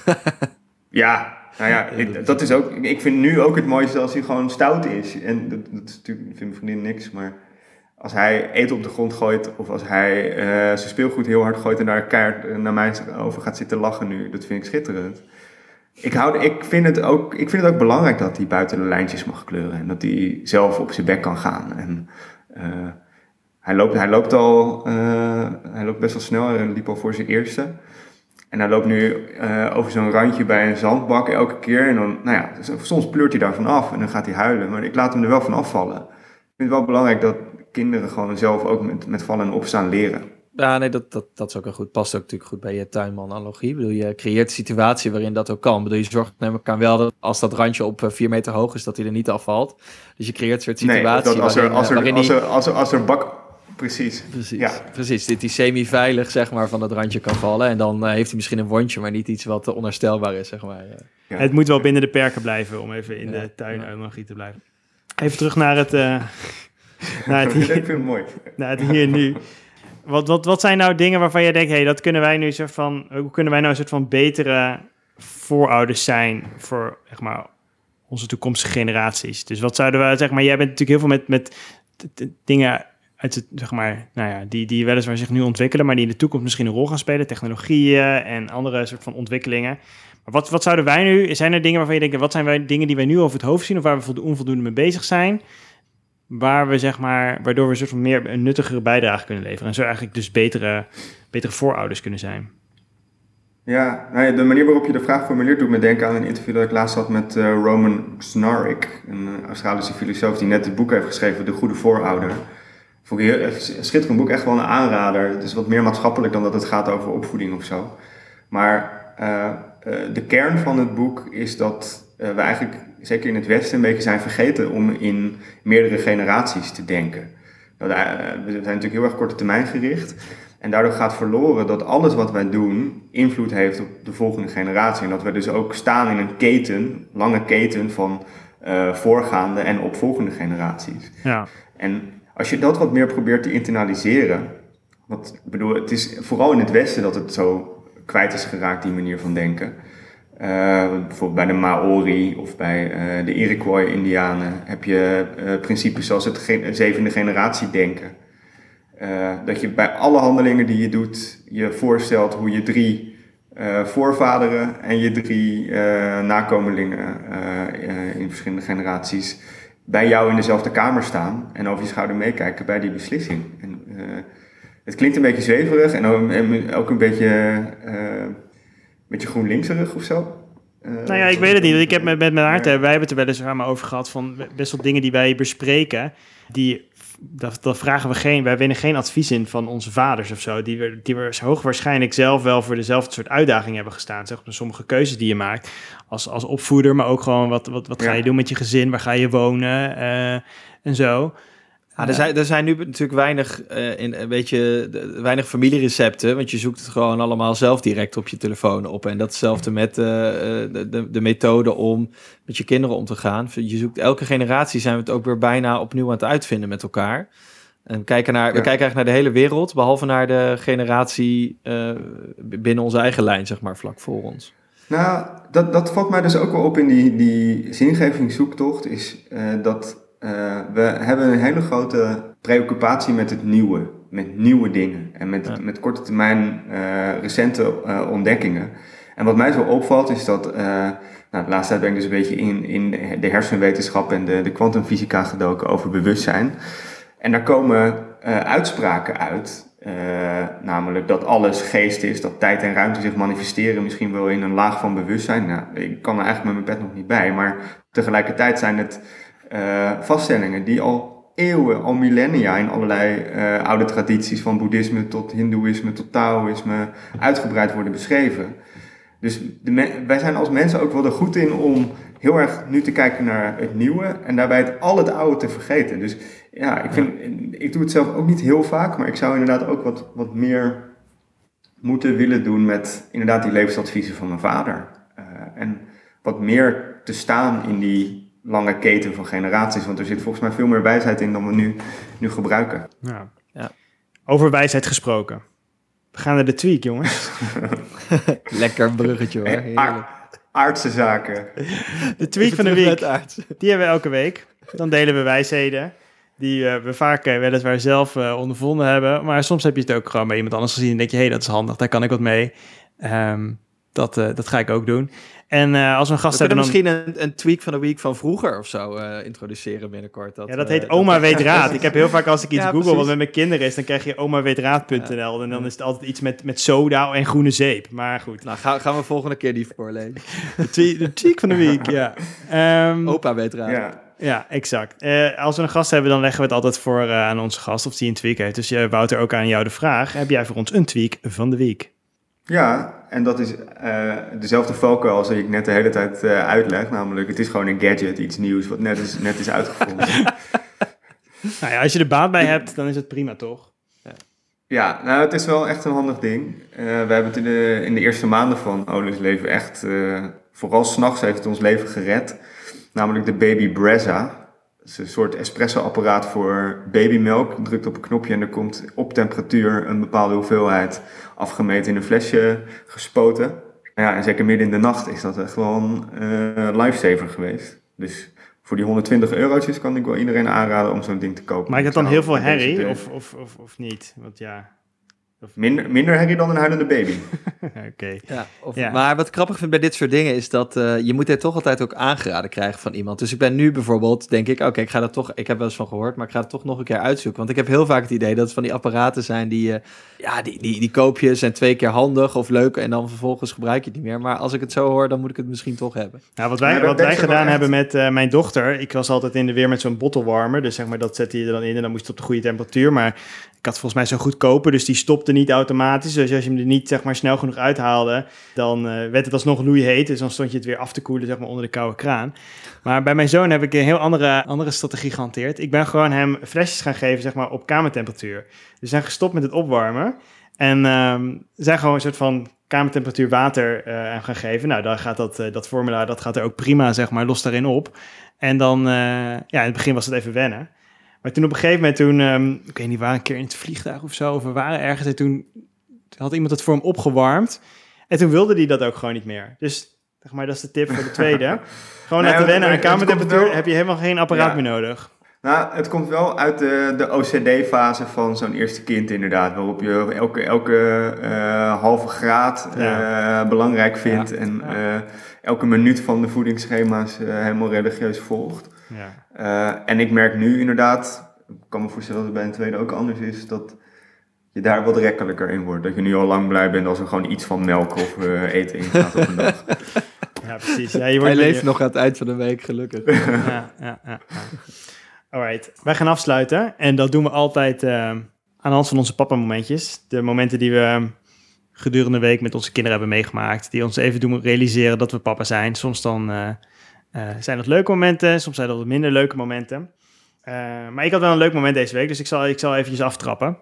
Ja, nou ja, ik, dat is ook... Ik vind nu ook het mooiste als hij gewoon stout is. En dat, dat is natuurlijk, ik vind mijn vriendin niks, maar... Als hij eten op de grond gooit of als hij uh, zijn speelgoed heel hard gooit en daar keihard naar mij over gaat zitten lachen nu, dat vind ik schitterend. Ik, hou, ik, vind het ook, ik vind het ook belangrijk dat hij buiten de lijntjes mag kleuren en dat hij zelf op zijn bek kan gaan. En, uh, hij, loopt, hij, loopt al, uh, hij loopt best wel snel, hij liep al voor zijn eerste. En hij loopt nu uh, over zo'n randje bij een zandbak elke keer. En dan, nou ja, soms pleurt hij daarvan af en dan gaat hij huilen, maar ik laat hem er wel van afvallen. Ik vind het wel belangrijk dat kinderen gewoon zelf ook met, met vallen en opstaan leren. Ja, nee, dat, dat, dat is ook een goed. Past ook natuurlijk goed bij je tuinman-analogie. Ik bedoel, je creëert een situatie waarin dat ook kan. Ik bedoel, je zorgt namelijk wel dat als dat randje op vier meter hoog is, dat hij er niet afvalt. Dus je creëert een soort situatie nee, als er, waarin, als er, waarin als er, hij... als er, als er bak... Precies. Precies, ja. precies. Dat hij semi-veilig, zeg maar, van dat randje kan vallen. En dan uh, heeft hij misschien een wondje, maar niet iets wat uh, onherstelbaar is, zeg maar. Ja. Het moet wel binnen de perken blijven, om even in ja. de tuinanalogie te blijven. Even terug naar het... Uh... Nou, het hier, ik vind het mooi. Nou, het hier nu. Wat, wat, wat zijn nou dingen waarvan jij denkt, hé, hey, dat kunnen wij nu soort van, hoe kunnen wij nou een soort van betere voorouders zijn voor, zeg maar, onze toekomstige generaties? Dus wat zouden we, zeg maar, jij bent natuurlijk heel veel met, met t- t- dingen uit het, zeg maar, nou ja, die, die weliswaar zich nu ontwikkelen, maar die in de toekomst misschien een rol gaan spelen, technologieën en andere soort van ontwikkelingen. Maar wat, wat zouden wij nu, zijn er dingen waarvan je denkt, wat zijn wij dingen die wij nu over het hoofd zien of waar we onvoldoende mee bezig zijn? Waar we, zeg maar, waardoor we een soort van meer een nuttigere bijdrage kunnen leveren. En zo eigenlijk dus betere, betere voorouders kunnen zijn. Ja, nou ja, de manier waarop je de vraag formuleert doet me denken aan een interview dat ik laatst had met uh, Roman Snarik, een Australische filosoof die net het boek heeft geschreven, De Goede Voorouder. Vond ik een schitterend boek, echt wel een aanrader. Het is wat meer maatschappelijk dan dat het gaat over opvoeding of zo. Maar uh, uh, de kern van het boek is dat uh, we eigenlijk, zeker in het Westen, een beetje zijn vergeten om in meerdere generaties te denken. Nou, we zijn natuurlijk heel erg korte termijn gericht. En daardoor gaat verloren dat alles wat wij doen invloed heeft op de volgende generatie. En dat we dus ook staan in een keten, lange keten van uh, voorgaande en opvolgende generaties. Ja. En als je dat wat meer probeert te internaliseren. Want ik bedoel, het is vooral in het Westen dat het zo kwijt is geraakt, die manier van denken. Uh, bijvoorbeeld bij de Maori of bij uh, de Iroquois-Indianen heb je uh, principes zoals het ge- zevende generatie denken. Uh, dat je bij alle handelingen die je doet, je voorstelt hoe je drie uh, voorvaderen en je drie uh, nakomelingen uh, uh, in verschillende generaties bij jou in dezelfde kamer staan en over je schouder meekijken bij die beslissing. En, uh, het klinkt een beetje zweverig en ook, en ook een beetje, uh, een beetje GroenLinkserig of zo. Uh, nou ja, ik weet het niet. Ik heb met, met mijn Aart, wij hebben het er wel eens maar over gehad van best wel dingen die wij bespreken, die Dat, dat vragen we geen, wij winnen geen advies in van onze vaders of zo, die we, die we hoogwaarschijnlijk zelf wel voor dezelfde soort uitdaging hebben gestaan. Zeg maar, sommige keuzes die je maakt als, als opvoeder, maar ook gewoon wat, wat, wat ga je ja. doen met je gezin, waar ga je wonen uh, en zo. Ja, er, zijn, er zijn nu natuurlijk weinig, uh, in, een beetje, de, weinig familierecepten, want je zoekt het gewoon allemaal zelf direct op je telefoon op. En datzelfde met uh, de, de, de methode om met je kinderen om te gaan. Je zoekt, elke generatie zijn we het ook weer bijna opnieuw aan het uitvinden met elkaar. En we kijken, naar, ja. we kijken eigenlijk naar de hele wereld, behalve naar de generatie uh, binnen onze eigen lijn, zeg maar, vlak voor ons. Nou, dat, dat valt mij dus ook wel op in die, die zingevingszoektocht, is uh, dat... Uh, we hebben een hele grote preoccupatie met het nieuwe, met nieuwe dingen en met, ja. met korte termijn uh, recente uh, ontdekkingen. En wat mij zo opvalt is dat, uh, nou, de laatste tijd ben ik dus een beetje in, in de hersenwetenschap en de kwantumfysica gedoken over bewustzijn. En daar komen uh, uitspraken uit, uh, namelijk dat alles geest is, dat tijd en ruimte zich manifesteren misschien wel in een laag van bewustzijn. Nou, ik kan er eigenlijk met mijn pet nog niet bij, maar tegelijkertijd zijn het Uh, vaststellingen die al eeuwen, al millennia in allerlei uh, oude tradities van boeddhisme tot hindoeïsme tot taoïsme uitgebreid worden beschreven. Dus de me- wij zijn als mensen ook wel er goed in om heel erg nu te kijken naar het nieuwe en daarbij het al het oude te vergeten. Dus ja, ik, vind, ik doe het zelf ook niet heel vaak, maar ik zou inderdaad ook wat, wat meer moeten willen doen met inderdaad die levensadviezen van mijn vader. Uh, en wat meer te staan in die lange keten van generaties, want er zit volgens mij veel meer wijsheid in dan we nu, nu gebruiken. Ja. Ja. Over wijsheid gesproken. We gaan naar de tweak, jongens. Lekker bruggetje hoor. Hey, a- aardse zaken. De tweak van de week, die hebben we elke week. Dan delen we wijsheden die uh, we vaak uh, weliswaar zelf uh, ondervonden hebben, maar soms heb je het ook gewoon bij iemand anders gezien en denk je, hé, hey, dat is handig, daar kan ik wat mee. Um, dat, uh, dat ga ik ook doen. En uh, als we een gast we hebben... dan... misschien een, een tweak van de week van vroeger of zo uh, introduceren binnenkort. Dat, ja, dat heet uh, Oma dat... Weet Raad. Ik heb heel vaak als ik iets ja, google precies. wat met mijn kinderen is, dan krijg je oma weet raad punt n l ja. En dan is het altijd iets met, met soda en groene zeep. Maar goed. Nou, ga, gaan we volgende keer die voorlezen. De, tweak, de tweak van de week, ja. Um, Opa Weet Raad. Ja. Ja, exact. Uh, als we een gast hebben, dan leggen we het altijd voor uh, aan onze gast of die een tweak heeft. Dus uh, Wouter, ook aan jou de vraag. Heb jij voor ons een tweak van de week? Ja, en dat is uh, dezelfde valkuil als die ik net de hele tijd uh, uitleg. Namelijk, het is gewoon een gadget, iets nieuws wat net is, net is uitgevonden. Nou ja, als je er baat bij hebt, dan is het prima, toch? Ja, ja, nou, het is wel echt een handig ding. Uh, we hebben het in de, in de eerste maanden van Olin's leven echt, uh, vooral 's nachts heeft het ons leven gered. Namelijk de Baby Brezza. Dat is een soort espresso-apparaat voor babymelk. Je drukt op een knopje en er komt op temperatuur een bepaalde hoeveelheid afgemeten in een flesje gespoten. Ja, en zeker midden in de nacht is dat echt wel een uh, lifesaver geweest. Dus voor die honderdtwintig eurotjes kan ik wel iedereen aanraden om zo'n ding te kopen. Maakt het dan heel veel herrie of, of, of, of niet? Want ja, Minder, minder herrie dan een huilende baby. Oké. Okay. Ja, of, ja. Maar wat ik grappig vind bij dit soort dingen is dat uh, je moet het toch altijd ook aangeraden krijgen van iemand. Dus ik ben nu bijvoorbeeld, denk ik, oké, okay, ik ga dat toch, ik heb wel eens van gehoord, maar ik ga het toch nog een keer uitzoeken. Want ik heb heel vaak het idee dat het van die apparaten zijn die, uh, ja, die, die, die koop je, zijn twee keer handig of leuk en dan vervolgens gebruik je het niet meer. Maar als ik het zo hoor, dan moet ik het misschien toch hebben. Nou, wat wij, ja, wat wij gedaan hebben met uh, mijn dochter, ik was altijd in de weer met zo'n bottelwarmer, dus zeg maar dat zette je er dan in en dan moest het op de goede temperatuur, maar ik had volgens mij zo'n goedkope, dus die stopte niet automatisch. Dus als je hem er niet zeg maar, snel genoeg uithaalde, dan uh, werd het alsnog loeiheet. Dus dan stond je het weer af te koelen zeg maar, onder de koude kraan. Maar bij mijn zoon heb ik een heel andere, andere strategie gehanteerd. Ik ben gewoon hem flesjes gaan geven zeg maar, op kamertemperatuur. Dus we zijn gestopt met het opwarmen. En um, zijn gewoon een soort van kamertemperatuur water uh, gaan geven. Nou, dan gaat dat, uh, dat formulaar dat gaat er ook prima zeg maar, los daarin op. En dan, uh, ja, in het begin was het even wennen. Maar toen op een gegeven moment, toen, um, ik weet niet, we waren een keer in het vliegtuig of zo, of we waren ergens en toen had iemand het voor hem opgewarmd. En toen wilde hij dat ook gewoon niet meer. Dus, zeg maar, dat is de tip voor de tweede. Gewoon nee, laten wennen aan kamertemperatuur, wel, heb je helemaal geen apparaat ja. meer nodig. Nou, het komt wel uit de, de O C D-fase van zo'n eerste kind inderdaad, waarop je elke, elke uh, halve graad uh, ja. belangrijk vindt ja. en ja. Uh, elke minuut van de voedingsschema's uh, helemaal religieus volgt. Ja. Uh, en ik merk nu inderdaad, ik kan me voorstellen dat het bij een tweede ook anders is, dat je daar wat rekkelijker in wordt. Dat je nu al lang blij bent als er gewoon iets van melk of uh, eten in gaat op een dag. Ja, precies. Ja, je wordt Hij leeft je... nog aan het eind van de week, gelukkig. Ja, ja, ja, ja. Alright, wij gaan afsluiten en dat doen we altijd uh, aan de hand van onze papa-momentjes. De momenten die we gedurende de week met onze kinderen hebben meegemaakt, die ons even doen realiseren dat we papa zijn. Soms dan... Uh, Uh, zijn dat leuke momenten, soms zijn dat wat minder leuke momenten. Uh, maar ik had wel een leuk moment deze week, dus ik zal, ik zal eventjes aftrappen.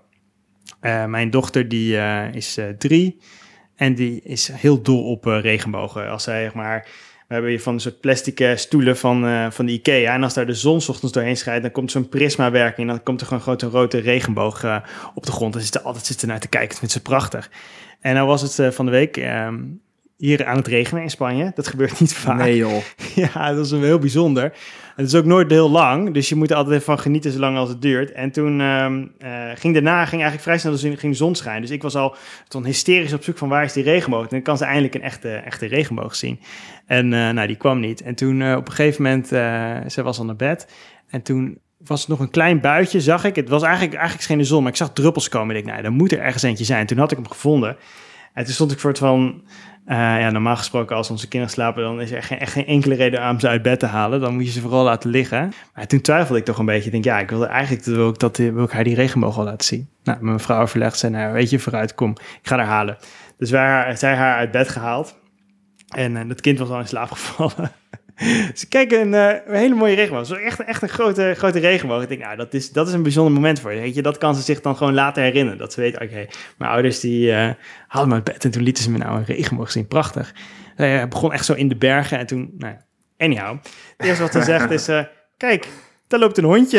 Uh, mijn dochter die uh, is uh, drie en die is heel dol op uh, regenbogen. Als zij, zeg maar, we hebben hier van een soort plastic uh, stoelen van, uh, van de IKEA. En als daar de zon 's ochtends doorheen schijnt, dan komt zo'n prismawerking. En dan komt er gewoon een grote rode regenboog uh, op de grond. En ze zit altijd zitten naar te kijken, dat vindt ze prachtig. En nou was het uh, van de week... Um, hier aan het regenen in Spanje. Dat gebeurt niet vaak. Nee joh. Ja, dat is heel bijzonder. Het is ook nooit heel lang, dus je moet er altijd even van genieten zolang als het duurt. En toen um, uh, ging daarna ging eigenlijk vrij snel de, ging de zon schijnen. Dus ik was al toen hysterisch op zoek van waar is die regenboog. En dan kan ze eindelijk een echte, echte regenboog zien. En uh, nou, die kwam niet. En toen uh, op een gegeven moment, uh, ze was al naar bed. En toen was het nog een klein buitje, zag ik. Het was eigenlijk, eigenlijk geen de zon, maar ik zag druppels komen. Ik dacht, nou, er moet er ergens eentje zijn. Toen had ik hem gevonden. En toen stond ik voor het van... Uh, ja, normaal gesproken als onze kinderen slapen, dan is er geen, echt geen enkele reden om ze uit bed te halen. Dan moet je ze vooral laten liggen. Maar toen twijfelde ik toch een beetje. Ik denk, ja, ik wilde eigenlijk wil ik dat, wil ik haar die regenboog al laten zien. Nou, mijn vrouw overlegd, zei, nou, weet je, vooruit, kom, ik ga haar halen. Dus wij zij haar uit bed gehaald. En uh, dat kind was al in slaap gevallen. Dus kijk, een, uh, een hele mooie regenboog. Zo echt, echt een grote, grote regenboog. Ik denk, nou, dat is, dat is een bijzonder moment voor je. Weet je. Dat kan ze zich dan gewoon laten herinneren. Dat ze weet, oké, okay, mijn ouders die uh, haalden me uit bed en toen lieten ze me nou een regenboog zien. Prachtig. Uh, het begon echt zo in de bergen en toen, nou, anyhow. Het eerste wat ze zegt is, uh, kijk, daar loopt een hondje.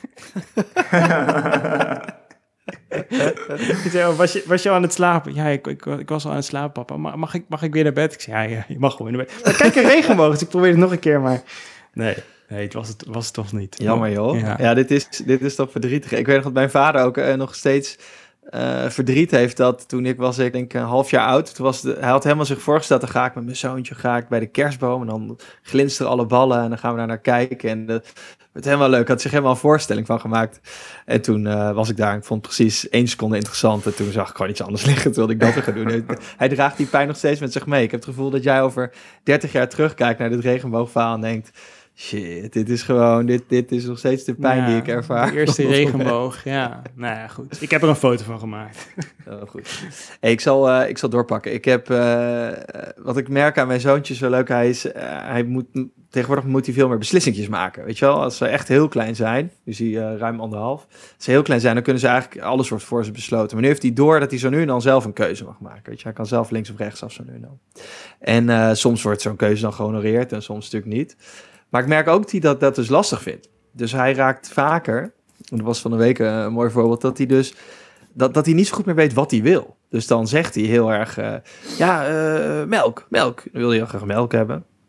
Ik zei, oh, was, je, was je al aan het slapen? Ja, ik, ik, ik was al aan het slapen, papa. Mag, mag, ik, mag ik weer naar bed? Ik zei, ja, ja, je mag gewoon naar bed. Maar kijk, een regenboog. Dus ik probeerde het nog een keer, maar nee, nee het was het, was het toch niet. Jammer, joh. Ja, ja dit, is, dit is toch verdrietig. Ik weet nog dat mijn vader ook uh, nog steeds uh, verdriet heeft dat toen ik was, ik denk een half jaar oud. Toen was de, hij had helemaal zich voorgesteld, dan ga ik met mijn zoontje ga ik bij de kerstboom en dan glinsteren alle ballen en dan gaan we daar naar kijken. En de, het helemaal leuk, had zich helemaal een voorstelling van gemaakt. En toen uh, was ik daar en ik vond het precies één seconde interessant. En toen zag ik gewoon iets anders liggen, terwijl ik dat weer ga doen. Hij draagt die pijn nog steeds met zich mee. Ik heb het gevoel dat jij over dertig jaar terugkijkt naar dit regenboogverhaal en denkt... Shit, dit is gewoon, dit, dit is nog steeds de pijn ja, die ik ervaar. De eerste regenboog, ja. Nou ja, goed. Ik heb er een foto van gemaakt. Oh, goed. Hey, ik, zal, uh, ik zal doorpakken. Ik heb, uh, wat ik merk aan mijn zoontje zo leuk, hij is, uh, hij moet, tegenwoordig moet hij veel meer beslissingjes maken. Weet je wel, als ze echt heel klein zijn, nu zie je uh, ruim anderhalf. Als ze heel klein zijn, dan kunnen ze eigenlijk, alles wordt voor ze besloten. Maar nu heeft hij door dat hij zo nu en dan zelf een keuze mag maken. Weet je, hij kan zelf links of rechts af zo nu en dan. En uh, soms wordt zo'n keuze dan gehonoreerd en soms natuurlijk niet. Maar ik merk ook dat hij dat, dat dus lastig vindt. Dus hij raakt vaker, en dat was van de week een mooi voorbeeld, dat hij dus dat, dat hij niet zo goed meer weet wat hij wil. Dus dan zegt hij heel erg, uh, ja, uh, melk, melk. Dan wil hij heel graag melk hebben.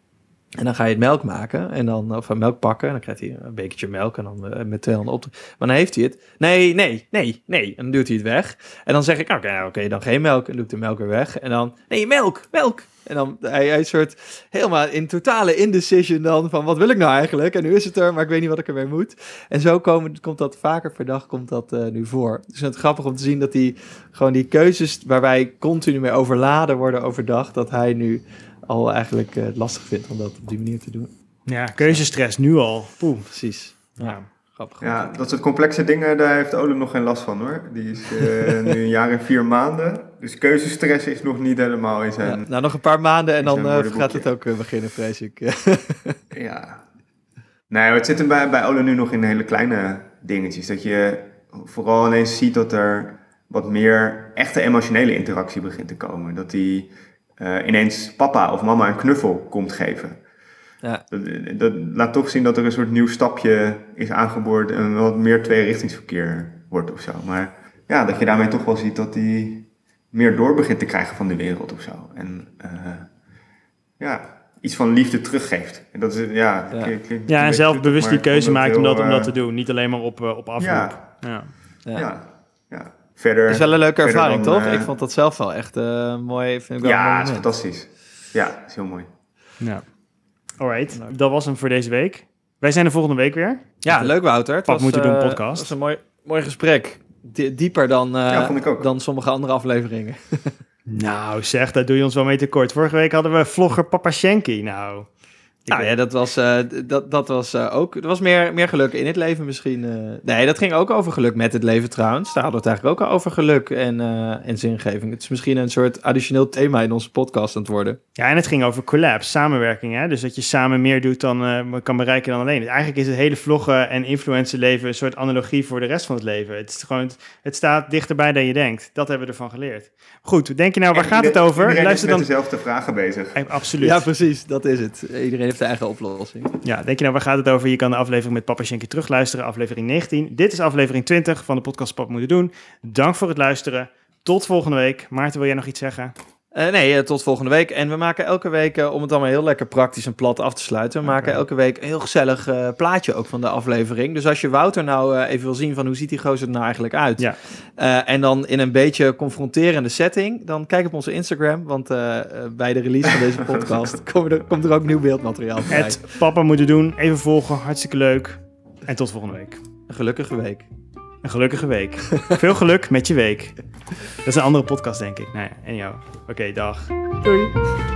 En dan ga je het melk maken, en dan, of melk pakken. En dan krijgt hij een bekertje melk en dan uh, met tweehonderd op. Maar dan heeft hij het. Nee, nee, nee, nee. En dan duwt hij het weg. En dan zeg ik, oké, okay, oké, dan geen melk. En dan doe ik de melk weer weg. En dan, nee, melk, melk. En dan hij, hij soort helemaal in totale indecision dan van, wat wil ik nou eigenlijk? En nu is het er, maar ik weet niet wat ik ermee moet. En zo komen, komt dat vaker per dag komt dat uh, nu voor. Dus het is grappig om te zien dat hij gewoon die keuzes waar wij continu mee overladen worden overdag, dat hij nu al eigenlijk uh, lastig vindt om dat op die manier te doen. Ja, keuzestress nu al. Poeh. Precies. Ja, ja. Grappig. Ja, dat soort complexe dingen, daar heeft Ole nog geen last van hoor. Die is uh, nu een jaar en vier maanden. Dus keuzestress is nog niet helemaal in zijn... Ja, nou, nog een paar maanden en dan uh, gaat het ook uh, beginnen, vrees ik. Ja. Nee, het zit er bij, bij Ole nu nog in hele kleine dingetjes. Dat je vooral ineens ziet dat er wat meer echte emotionele interactie begint te komen. Dat hij uh, ineens papa of mama een knuffel komt geven. Ja. Dat, dat laat toch zien dat er een soort nieuw stapje is aangeboord en wat meer tweerichtingsverkeer wordt of zo. Maar ja, dat je daarmee toch wel ziet dat hij meer door begint te krijgen van de wereld of zo. En uh, ja, iets van liefde teruggeeft. En dat is, ja, ja. Klinkt, klinkt ja en zelf bewust die keuze maakt om dat, om dat te uh, doen. Niet alleen maar op, uh, op afroep. Ja. Ja. Ja. Ja. Ja. Verder, het is wel een leuke ervaring, dan, toch? Uh, ik vond dat zelf wel echt uh, mooi. Vind ik wel ja, een het is fantastisch. Ja, het is heel mooi. Ja. Alright, dat was hem voor deze week. Wij zijn er volgende week weer. Ja, leuk Wouter. Het Pap was, moeten uh, doen podcast. Het was een mooi, mooi gesprek. Die, dieper dan, uh, ja, vond ik ook. dan sommige andere afleveringen. Nou zeg, daar doe je ons wel mee tekort. Vorige week hadden we vlogger Papa Shanky. Nou, nou ja, dat was, uh, dat, dat was uh, ook... Er was meer, meer geluk in het leven misschien. Uh, nee, dat ging ook over geluk met het leven trouwens. Daar hadden we het eigenlijk ook over geluk en, uh, en zingeving. Het is misschien een soort additioneel thema in onze podcast aan het worden. Ja, en het ging over collabs, samenwerking. Hè? Dus dat je samen meer doet dan uh, kan bereiken dan alleen. Eigenlijk is het hele vloggen en influencerleven een soort analogie voor de rest van het leven. Het, is gewoon, het staat dichterbij dan je denkt. Dat hebben we ervan geleerd. Goed, denk je nou, waar en gaat iedereen, het over? Iedereen Luister is met dan... dezelfde vragen bezig. Eh, absoluut. Ja, precies. Dat is het. Iedereen heeft de eigen oplossing. Ja, denk je nou, waar gaat het over? Je kan de aflevering met Papa Shanky terugluisteren, aflevering negentien. Dit is aflevering twintig van de podcast Papa Moeten Doen. Dank voor het luisteren. Tot volgende week. Maarten, wil jij nog iets zeggen? Uh, nee, uh, tot volgende week. En we maken elke week, uh, om het allemaal heel lekker praktisch en plat af te sluiten, we okay. maken elke week een heel gezellig uh, plaatje ook van de aflevering. Dus als je Wouter nou uh, even wil zien van hoe ziet die gozer er nou eigenlijk uit. Ja. Uh, en dan in een beetje confronterende setting, dan kijk op onze Instagram, want uh, uh, bij de release van deze podcast komt er, komt er ook nieuw beeldmateriaal bij. Het Papa Moeten Doen, even volgen, hartstikke leuk. En tot volgende week. Een gelukkige week. Een gelukkige week. Veel geluk met je week. Dat is een andere podcast, denk ik. Nou ja, en jou. Oké, okay, dag. Doei.